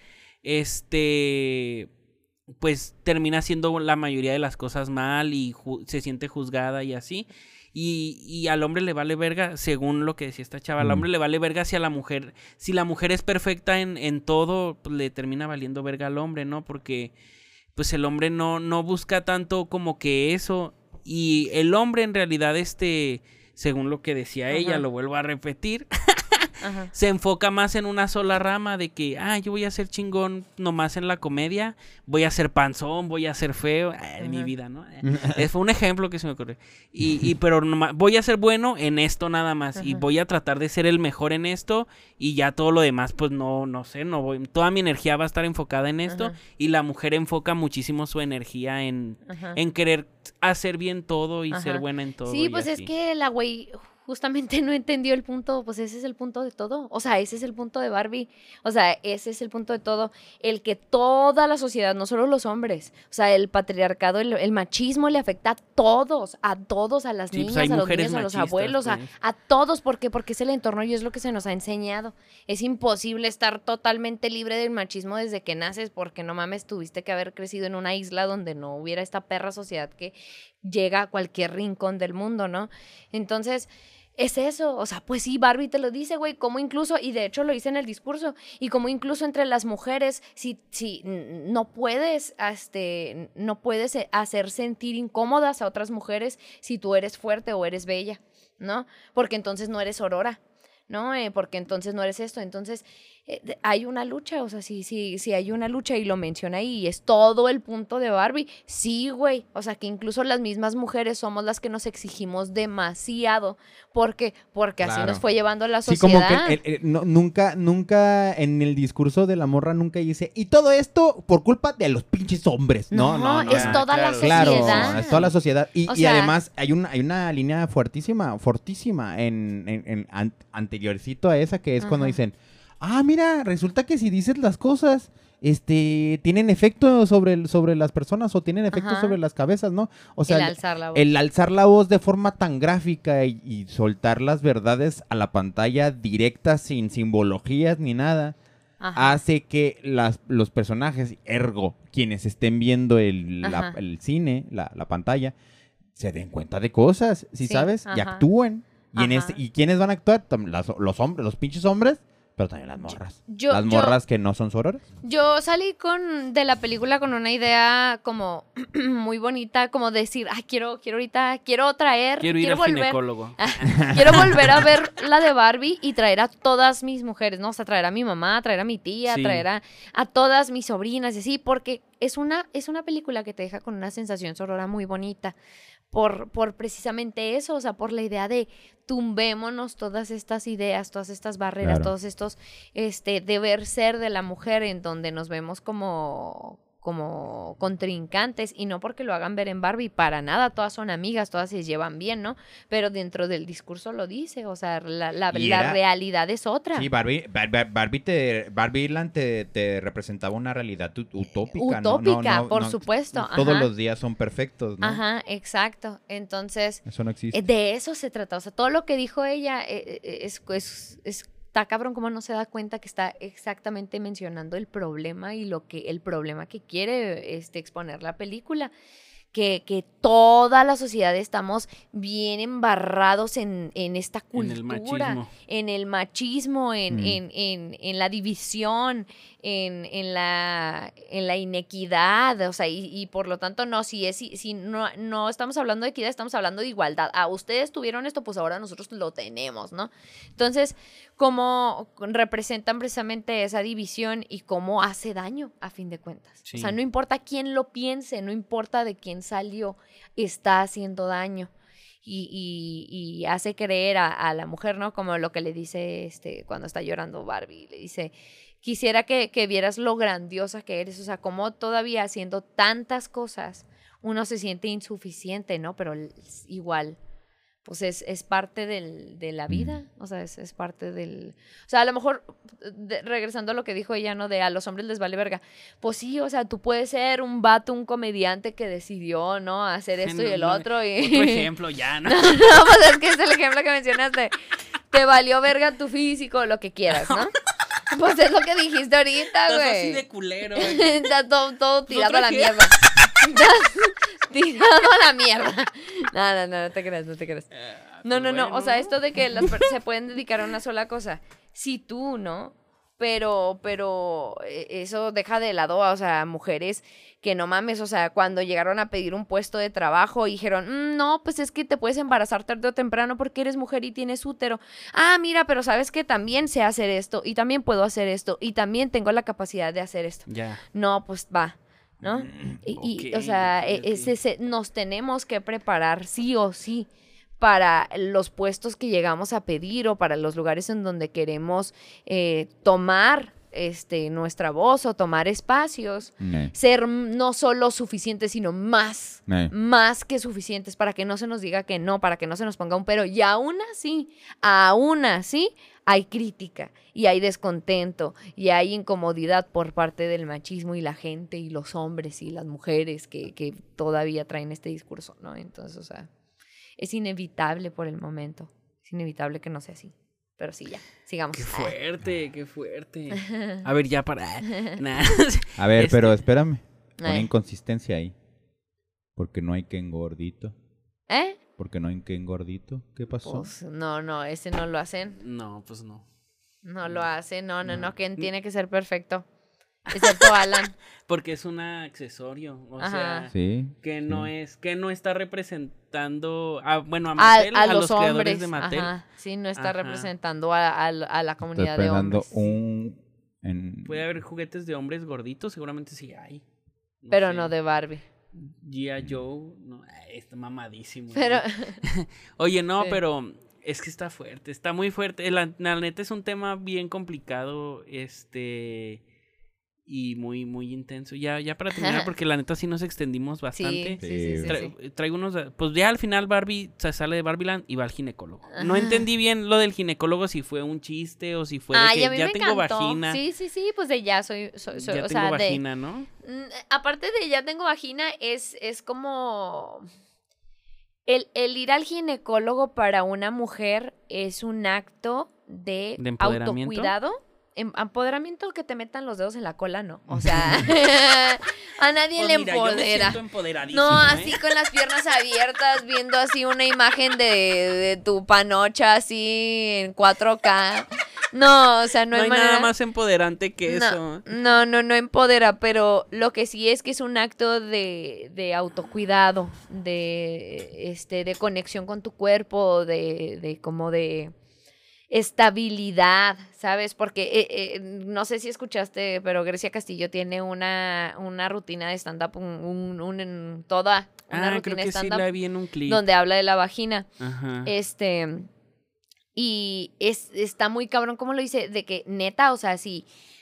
pues termina haciendo la mayoría de las cosas mal y se siente juzgada y así. Y al hombre le vale verga, según lo que decía esta chava, al hombre le vale verga si la mujer es perfecta en todo, pues le termina valiendo verga al hombre, ¿no? Porque pues el hombre no busca tanto como que eso, y el hombre en realidad según lo que decía ella, lo vuelvo a repetir, se enfoca más en una sola rama de que, yo voy a ser chingón nomás en la comedia, voy a ser panzón, voy a ser feo, en mi vida, ¿no? Fue un ejemplo que se me ocurrió. Pero nomás, voy a ser bueno en esto nada más, y voy a tratar de ser el mejor en esto, y ya todo lo demás, pues no sé, no voy, toda mi energía va a estar enfocada en esto, y la mujer enfoca muchísimo su energía en querer hacer bien todo y ser buena en todo. Sí, pues es que la güey justamente no entendió el punto, pues ese es el punto de todo, o sea, ese es el punto de Barbie, o sea, ese es el punto de todo, el que toda la sociedad, no solo los hombres, o sea, el patriarcado, el machismo le afecta a todos, a las niñas, pues a los niños, a los abuelos, pues. a todos, porque es el entorno y es lo que se nos ha enseñado. Es imposible estar totalmente libre del machismo desde que naces, porque no mames, tuviste que haber crecido en una isla donde no hubiera esta perra sociedad que llega a cualquier rincón del mundo, ¿no? Entonces, es eso, o sea, pues sí, Barbie te lo dice, güey, como incluso, y de hecho lo dice en el discurso, y como incluso entre las mujeres, si no puedes hacer sentir incómodas a otras mujeres si tú eres fuerte o eres bella, ¿no? Porque entonces no eres Aurora, ¿no? Porque entonces no eres esto, entonces hay una lucha, o sea, sí hay una lucha y lo menciona ahí y es todo el punto de Barbie. Sí, güey, o sea, que incluso las mismas mujeres somos las que nos exigimos demasiado porque así nos fue llevando la sociedad. Sí, como que nunca en el discurso de la morra nunca dice, y todo esto por culpa de los pinches hombres. No, es toda la sociedad. Claro, es toda la sociedad. Y además hay una línea fortísima en anteriorcito a esa, que es cuando dicen, mira, resulta que si dices las cosas, tienen efecto sobre las personas o tienen efecto sobre las cabezas, ¿no? O sea, el alzar la voz de forma tan gráfica y soltar las verdades a la pantalla directa, sin simbologías ni nada, hace que los personajes, ergo, quienes estén viendo el cine, la pantalla, se den cuenta de cosas, ¿sí sabes? Y actúen. ¿Y quiénes van a actuar? Los hombres, los pinches hombres. Pero también las morras. Las morras que no son sororas. Yo salí de la película con una idea como muy bonita, como decir, quiero ir al ginecólogo. Quiero volver a ver la de Barbie y traer a todas mis mujeres, ¿no? O sea, traer a mi mamá, traer a mi tía, traer a todas mis sobrinas y así, porque es una película que te deja con una sensación sorora muy bonita. Por precisamente eso, o sea, por la idea de tumbémonos todas estas ideas, todas estas barreras, todos estos deber ser de la mujer en donde nos vemos como contrincantes, y no porque lo hagan ver en Barbie, para nada, todas son amigas, todas se llevan bien, ¿no? Pero dentro del discurso lo dice, o sea, la realidad es otra. Sí, Barbieland te representaba una realidad utópica. Utópica, por supuesto. Todos los días son perfectos, ¿no? Ajá, exacto. Entonces, eso no existe. De eso se trata. O sea, todo lo que dijo ella está cabrón como no se da cuenta que está exactamente mencionando el problema y el problema que quiere exponer la película. Que toda la sociedad estamos bien embarrados en esta cultura, en el machismo, en la división, en la inequidad, o sea, y por lo tanto no estamos hablando de equidad, estamos hablando de igualdad. Ustedes tuvieron esto, pues ahora nosotros lo tenemos, ¿no? Entonces, cómo representan precisamente esa división y cómo hace daño a fin de cuentas. Sí. O sea, no importa quién lo piense, no importa de quién salió, está haciendo daño y hace creer a la mujer, ¿no? Como lo que le dice cuando está llorando Barbie, le dice, quisiera que vieras lo grandiosa que eres, o sea, cómo todavía haciendo tantas cosas uno se siente insuficiente, ¿no? Pero igual, pues es parte de la vida, o sea, es parte del... O sea, a lo mejor, regresando a lo que dijo ella, ¿no? De a los hombres les vale verga. Pues sí, o sea, tú puedes ser un vato, un comediante que decidió, ¿no? Hacer esto y el otro. Y... Otro ejemplo ya, ¿no? No, pues es que es el ejemplo que mencionaste. Te valió verga tu físico, lo que quieras, ¿no? Pues es lo que dijiste ahorita, güey. Estás así de culero, güey. Está todo tirado a la mierda. Tirado a la mierda. No te creas. No. O sea, esto de que se pueden dedicar a una sola cosa. Sí, tú, ¿no? Pero eso deja de lado, o sea, mujeres que no mames, o sea, cuando llegaron a pedir un puesto de trabajo y dijeron, no, pues es que te puedes embarazar tarde o temprano porque eres mujer y tienes útero. Mira, pero sabes que también sé hacer esto y también puedo hacer esto y también tengo la capacidad de hacer esto. Ya. No, pues va. ¿No? Y o sea, nos tenemos que preparar sí o sí para los puestos que llegamos a pedir o para los lugares en donde queremos tomar nuestra voz o tomar espacios, ser no solo suficientes, sino más que suficientes, para que no se nos diga que no, para que no se nos ponga un pero. Y aún así, hay crítica y hay descontento y hay incomodidad por parte del machismo y la gente y los hombres y las mujeres que todavía traen este discurso, ¿no? Entonces, o sea, es inevitable por el momento, es inevitable que no sea así. Pero sí, ya, sigamos. Qué fuerte. A ver, ya para... Nah. A ver, pero espérame. Una inconsistencia ahí. Porque no hay Ken gordito. Porque no hay Ken gordito. ¿Qué pasó? Pues no, ese no lo hacen. No, pues no. No lo hacen, no, Ken tiene que ser perfecto. Excepto Alan. Porque es un accesorio, o sea, sí, que no está representando a Mattel, a los creadores hombres de Mattel. Ajá, sí, no está representando a la comunidad de hombres. Puede haber juguetes de hombres gorditos, seguramente sí hay. Pero no de Barbie. G.I. Joe, no, está mamadísimo. Pero... Oye, no, sí. Pero es que está fuerte, está muy fuerte. La neta es un tema bien complicado, y muy, muy intenso. Ya para terminar, porque la neta sí nos extendimos bastante. Sí. Traigo unos... Pues ya al final Barbie se sale de Barbieland y va al ginecólogo. No entendí bien lo del ginecólogo, si fue un chiste o si fue de que ya tengo vagina. Sí, pues de ya soy ya o tengo sea, vagina, ¿no? Aparte de ya tengo vagina, es como... El ir al ginecólogo para una mujer es un acto de autocuidado. Empoderamiento, que te metan los dedos en la cola, no. O sea, a nadie le empodera. No, así con las piernas abiertas, viendo así una imagen de tu panocha así en 4K. No, o sea, no hay nada más empoderante que eso. No empodera, pero lo que sí es que es un acto de autocuidado, de conexión con tu cuerpo, de como de estabilidad, ¿sabes? Porque no sé si escuchaste, pero Grecia Castillo tiene una rutina de stand-up, toda una rutina creo que de stand-up, sí la vi en un clip, donde habla de la vagina. Ajá. Y está muy cabrón como lo dice, de que neta, o sea, si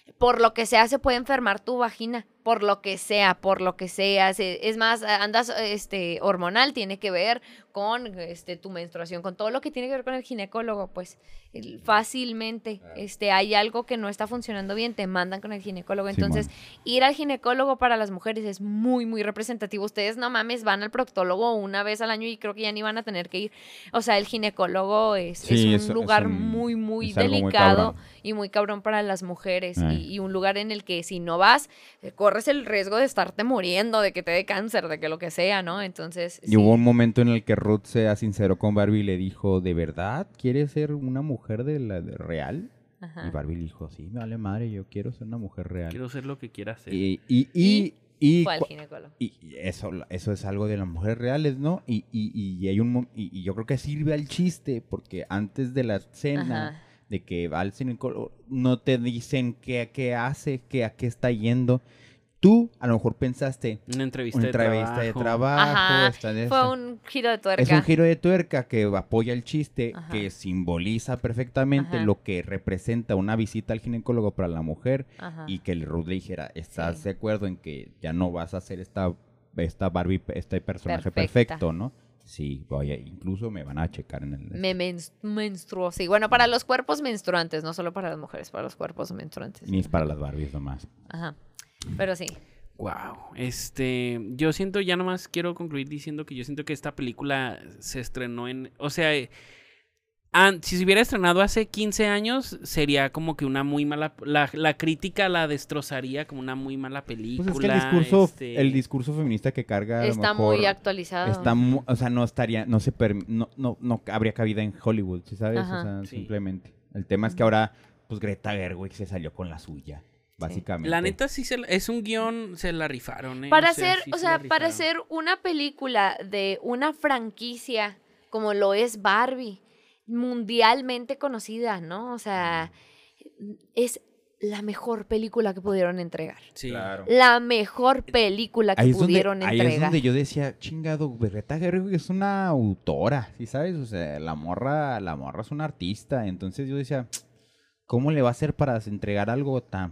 por lo que sea se puede enfermar tu vagina, por lo que sea. Es más, andas hormonal, tiene que ver con tu menstruación, con todo lo que tiene que ver con el ginecólogo, pues fácilmente hay algo que no está funcionando bien, te mandan con el ginecólogo. Entonces, ir al ginecólogo para las mujeres es muy, muy representativo. Ustedes, no mames, van al proctólogo una vez al año y creo que ya ni van a tener que ir. O sea, el ginecólogo es un lugar muy, muy delicado y muy cabrón para las mujeres y un lugar en el que si no vas, corres el riesgo de estarte muriendo, de que te dé cáncer, de que lo que sea, ¿no? Entonces, y hubo un momento en el que Ruth se sinceró con Barbie y le dijo, ¿de verdad quieres ser una mujer de real? Ajá. Y Barbie le dijo, sí, me vale madre, yo quiero ser una mujer real. Quiero ser lo que quiera ser. Y fue al ginecólogo. Y eso es algo de las mujeres reales, ¿no? Y yo creo que sirve al chiste, porque antes de la escena de que va al ginecólogo, no te dicen qué hace, a qué está yendo. Tú a lo mejor pensaste una entrevista de trabajo. Ajá, fue un giro de tuerca. Es un giro de tuerca que apoya el chiste, que simboliza perfectamente lo que representa una visita al ginecólogo para la mujer y que el Ruth le dijera, ¿estás de acuerdo en que ya no vas a hacer esta Barbie, este personaje perfecto, ¿no? Sí, incluso me van a checar en el... Me menstruó, sí. Bueno, para los cuerpos menstruantes, no solo para las mujeres, para los cuerpos menstruantes. Ni es para las Barbies nomás. Ajá. Pero sí. Wow. Yo siento, ya nomás quiero concluir diciendo que yo siento que esta película se estrenó en... O sea, si se hubiera estrenado hace 15 años, sería como que una muy mala... La crítica la destrozaría como una muy mala película. Pues es que el discurso feminista que carga está muy actualizado. O sea, no estaría... No habría cabida en Hollywood, ¿sí sabes? O sea, simplemente. El tema es que ahora, pues Greta Gerwig se salió con la suya. Básicamente. La neta sí es un guión, se la rifaron, ¿eh? Para hacer una película de una franquicia como lo es Barbie, mundialmente conocida, ¿no? O sea, es la mejor película que pudieron entregar. Sí, claro. La mejor película que pudieron entregar. Ahí es donde yo decía, chingado, Greta Gerwig es una autora, ¿sí sabes? O sea, la morra es una artista. Entonces yo decía, ¿cómo le va a hacer para entregar algo tan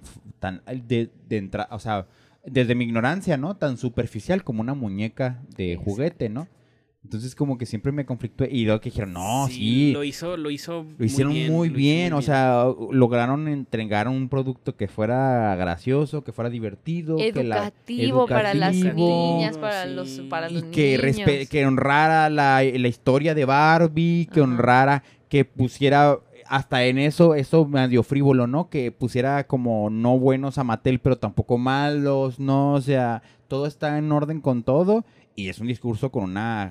o sea, desde mi ignorancia, ¿no? Tan superficial como una muñeca de juguete, ¿no? Entonces como que siempre me conflictó y luego que dijeron, no, sí. Lo hicieron muy bien. O sea, lograron entregar un producto que fuera gracioso, que fuera divertido. Educativo para las niñas, para los niños. Que honrara la historia de Barbie, que honrara, que pusiera... Hasta en eso medio frívolo, ¿no? Que pusiera como no buenos a Mattel, pero tampoco malos, ¿no? O sea, todo está en orden con todo. Y es un discurso con una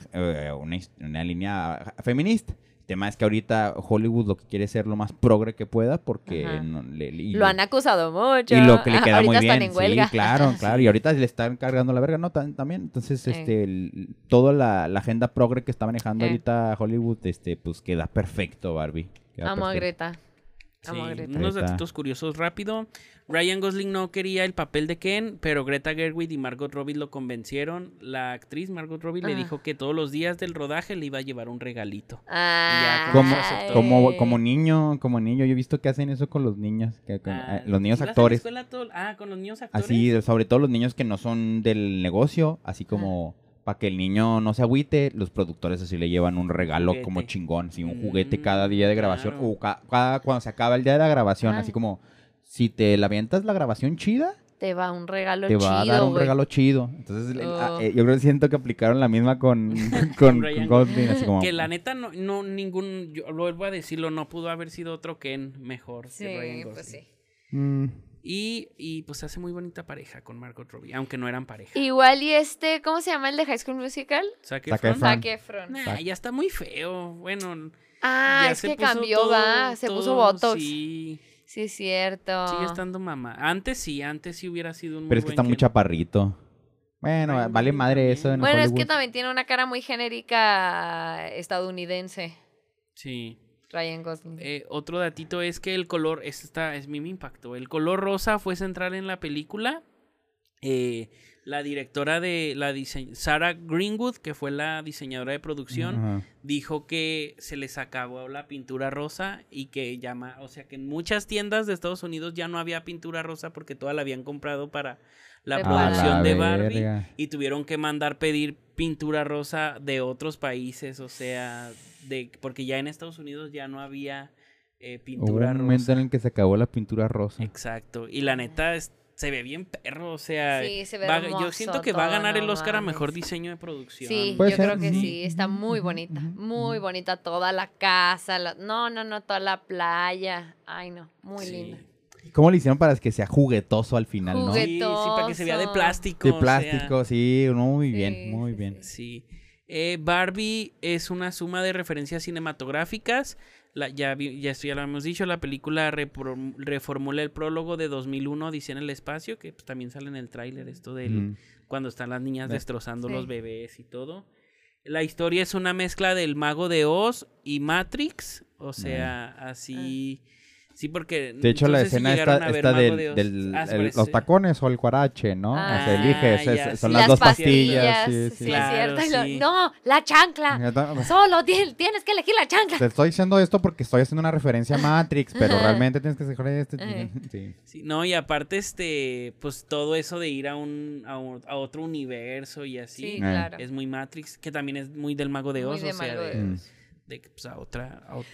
línea feminista. El tema es que ahorita Hollywood lo que quiere es ser lo más progre que pueda porque... lo han acusado mucho. Y lo que le queda muy bien. Están en huelga. Sí, claro. Y ahorita le están cargando la verga, ¿no? También. Entonces, toda la agenda progre que está manejando ahorita Hollywood, pues queda perfecto, Barbie. Amo a Greta. Unos datitos curiosos rápido. Ryan Gosling no quería el papel de Ken, pero Greta Gerwig y Margot Robbie lo convencieron. La actriz Margot Robbie le dijo que todos los días del rodaje le iba a llevar un regalito. Como niño, yo he visto que hacen eso con los niños, los niños actores. Con los niños actores. Así, sobre todo los niños que no son del negocio, así como... Para que el niño no se agüite, los productores así le llevan un regalo como chingón, así un juguete cada día de grabación, o cuando se acaba el día de la grabación, así como, si te la avientas la grabación chida, te va un regalo chido, te va a dar un regalo chido. Entonces, yo creo que siento que aplicaron la misma con Gosling, así como... Que la neta, yo lo vuelvo a decirlo, no pudo haber sido otro Ken mejor que Ryan Gosling. Pues sí. Y pues hace muy bonita pareja con Margot Robbie, aunque no eran pareja. Igual y ¿cómo se llama el de High School Musical? Zac Efron. Zac Efron. Ya está muy feo. Bueno. Es que cambió, se puso Botox. Sí. Sí, es cierto. Sigue estando mamá. Antes sí hubiera sido un muy Pero es que está muy chaparrito. Bueno, vale madre eso en Bueno, Hollywood. es que también tiene una cara muy genérica estadounidense. Sí. Ryan Gosling. Otro datito es que el color, me impactó. El color rosa fue central en la película. La directora Sarah Greenwood, que fue la diseñadora de producción, dijo que se les acabó la pintura rosa y que o sea que en muchas tiendas de Estados Unidos ya no había pintura rosa porque toda la habían comprado para la producción de Barbie y tuvieron que mandar pedir pintura rosa de otros países, o sea, porque ya en Estados Unidos ya no había pintura rosa. Hubo un momento en el que se acabó la pintura rosa. Exacto, y la neta se ve bien perro, o sea, sí, se ve hermoso, yo siento que va a ganar el Oscar a mames. Mejor Diseño de Producción. Sí, yo creo que sí, está muy bonita toda la casa, toda la playa, ay no, muy linda. ¿Cómo le hicieron para que sea juguetoso al final, no? Sí, para que se vea de plástico. De plástico, sí, muy bien, muy bien. Sí. Barbie es una suma de referencias cinematográficas. Esto ya lo hemos dicho, la película reformula el prólogo de 2001, Odisea en el espacio, que pues, también sale en el tráiler esto de cuando están las niñas destrozando los bebés y todo. La historia es una mezcla del Mago de Oz y Matrix, o sea, así... Sí, porque... De hecho, la escena está de los tacones o el guarache, ¿no? Se elige, son las dos pastillas. Sí, claro, es cierto. No, la chancla. Solo tienes que elegir la chancla. Te estoy diciendo esto porque estoy haciendo una referencia a Matrix, pero realmente tienes que escoger esto. Sí, no, y aparte, pues todo eso de ir a otro universo y así. Sí, claro. Es muy Matrix, que también es muy del Mago de Oz, o sea, pues a otro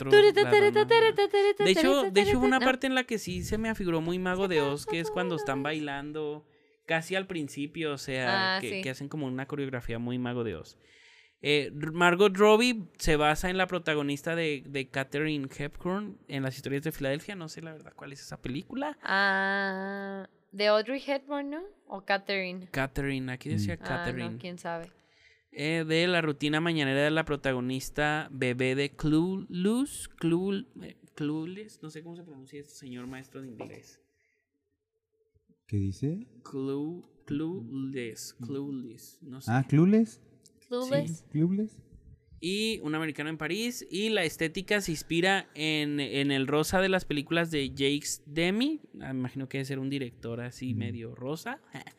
de hecho hubo una parte en la que sí se me afiguró muy Mago de Oz, que es cuando están bailando casi al principio, o sea, que hacen como una coreografía muy Mago de Oz. Margot Robbie se basa en la protagonista de Katharine Hepburn en Las Historias de Filadelfia, no sé la verdad cuál es esa película. De Audrey Hepburn, ¿no? ¿O Katharine? Katharine, aquí decía Katharine. No, quién sabe. De la rutina mañanera de la protagonista bebé de Clueless, no sé cómo se pronuncia este señor maestro de inglés. ¿Qué dice? Clueless, no sé. Clueless. Clueless. Sí, Clueless. Y Un americano en París, y la estética se inspira en el rosa de las películas de Jacques Demy, me imagino que debe ser un director así medio rosa.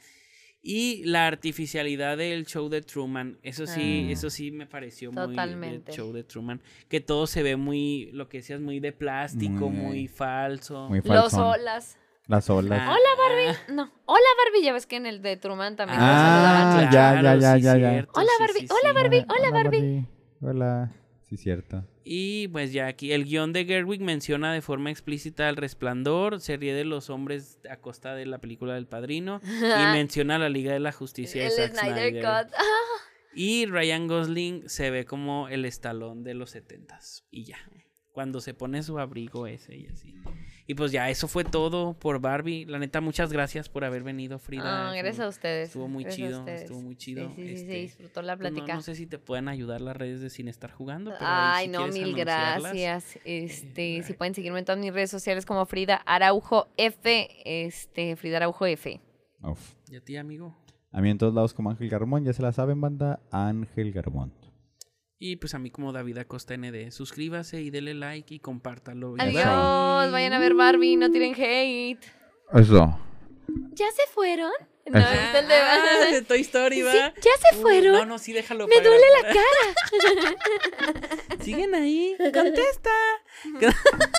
Y la artificialidad del show de Truman, eso sí me pareció totalmente. Muy del show de Truman, que todo se ve muy, lo que decías, muy de plástico, muy falso. Muy Los olas. Las olas. Hola Barbie. No, hola Barbie, ya ves que en el de Truman también lo saludaban. Ya. Cierto, hola Barbie, hola Barbie, hola Barbie. Hola. Sí, cierto. Y pues ya aquí el guión de Gerwig menciona de forma explícita El Resplandor, se ríe de los hombres a costa de la película del Padrino y menciona la Liga de la Justicia de Zack Snyder. Cut. Y Ryan Gosling se ve como el Stallone de los 70s y ya, cuando se pone su abrigo ese y así. Y pues ya, eso fue todo por Barbie. La neta, muchas gracias por haber venido, Frida. Gracias a ustedes. Estuvo muy chido. Sí, se disfrutó la plática. Pues no sé si te pueden ayudar las redes de Sin Estar Jugando. Pero ay, no, mil gracias. Si pueden seguirme en todas mis redes sociales como Frida Araujo F. Frida Araujo F. Uf. ¿Y a ti, amigo? A mí en todos lados como Ángel Garmón, ya se la saben, banda, Ángel Garmón. Y pues a mí como David Acosta ND. Suscríbase y dele like y compártalo. Adiós, vayan a ver Barbie, no tiren hate. Eso. ¿Ya se fueron? No, de Toy Story, ¿va? Sí, ¿ya se fueron? No, sí, déjalo. Me duele la cara. Siguen ahí. Contesta.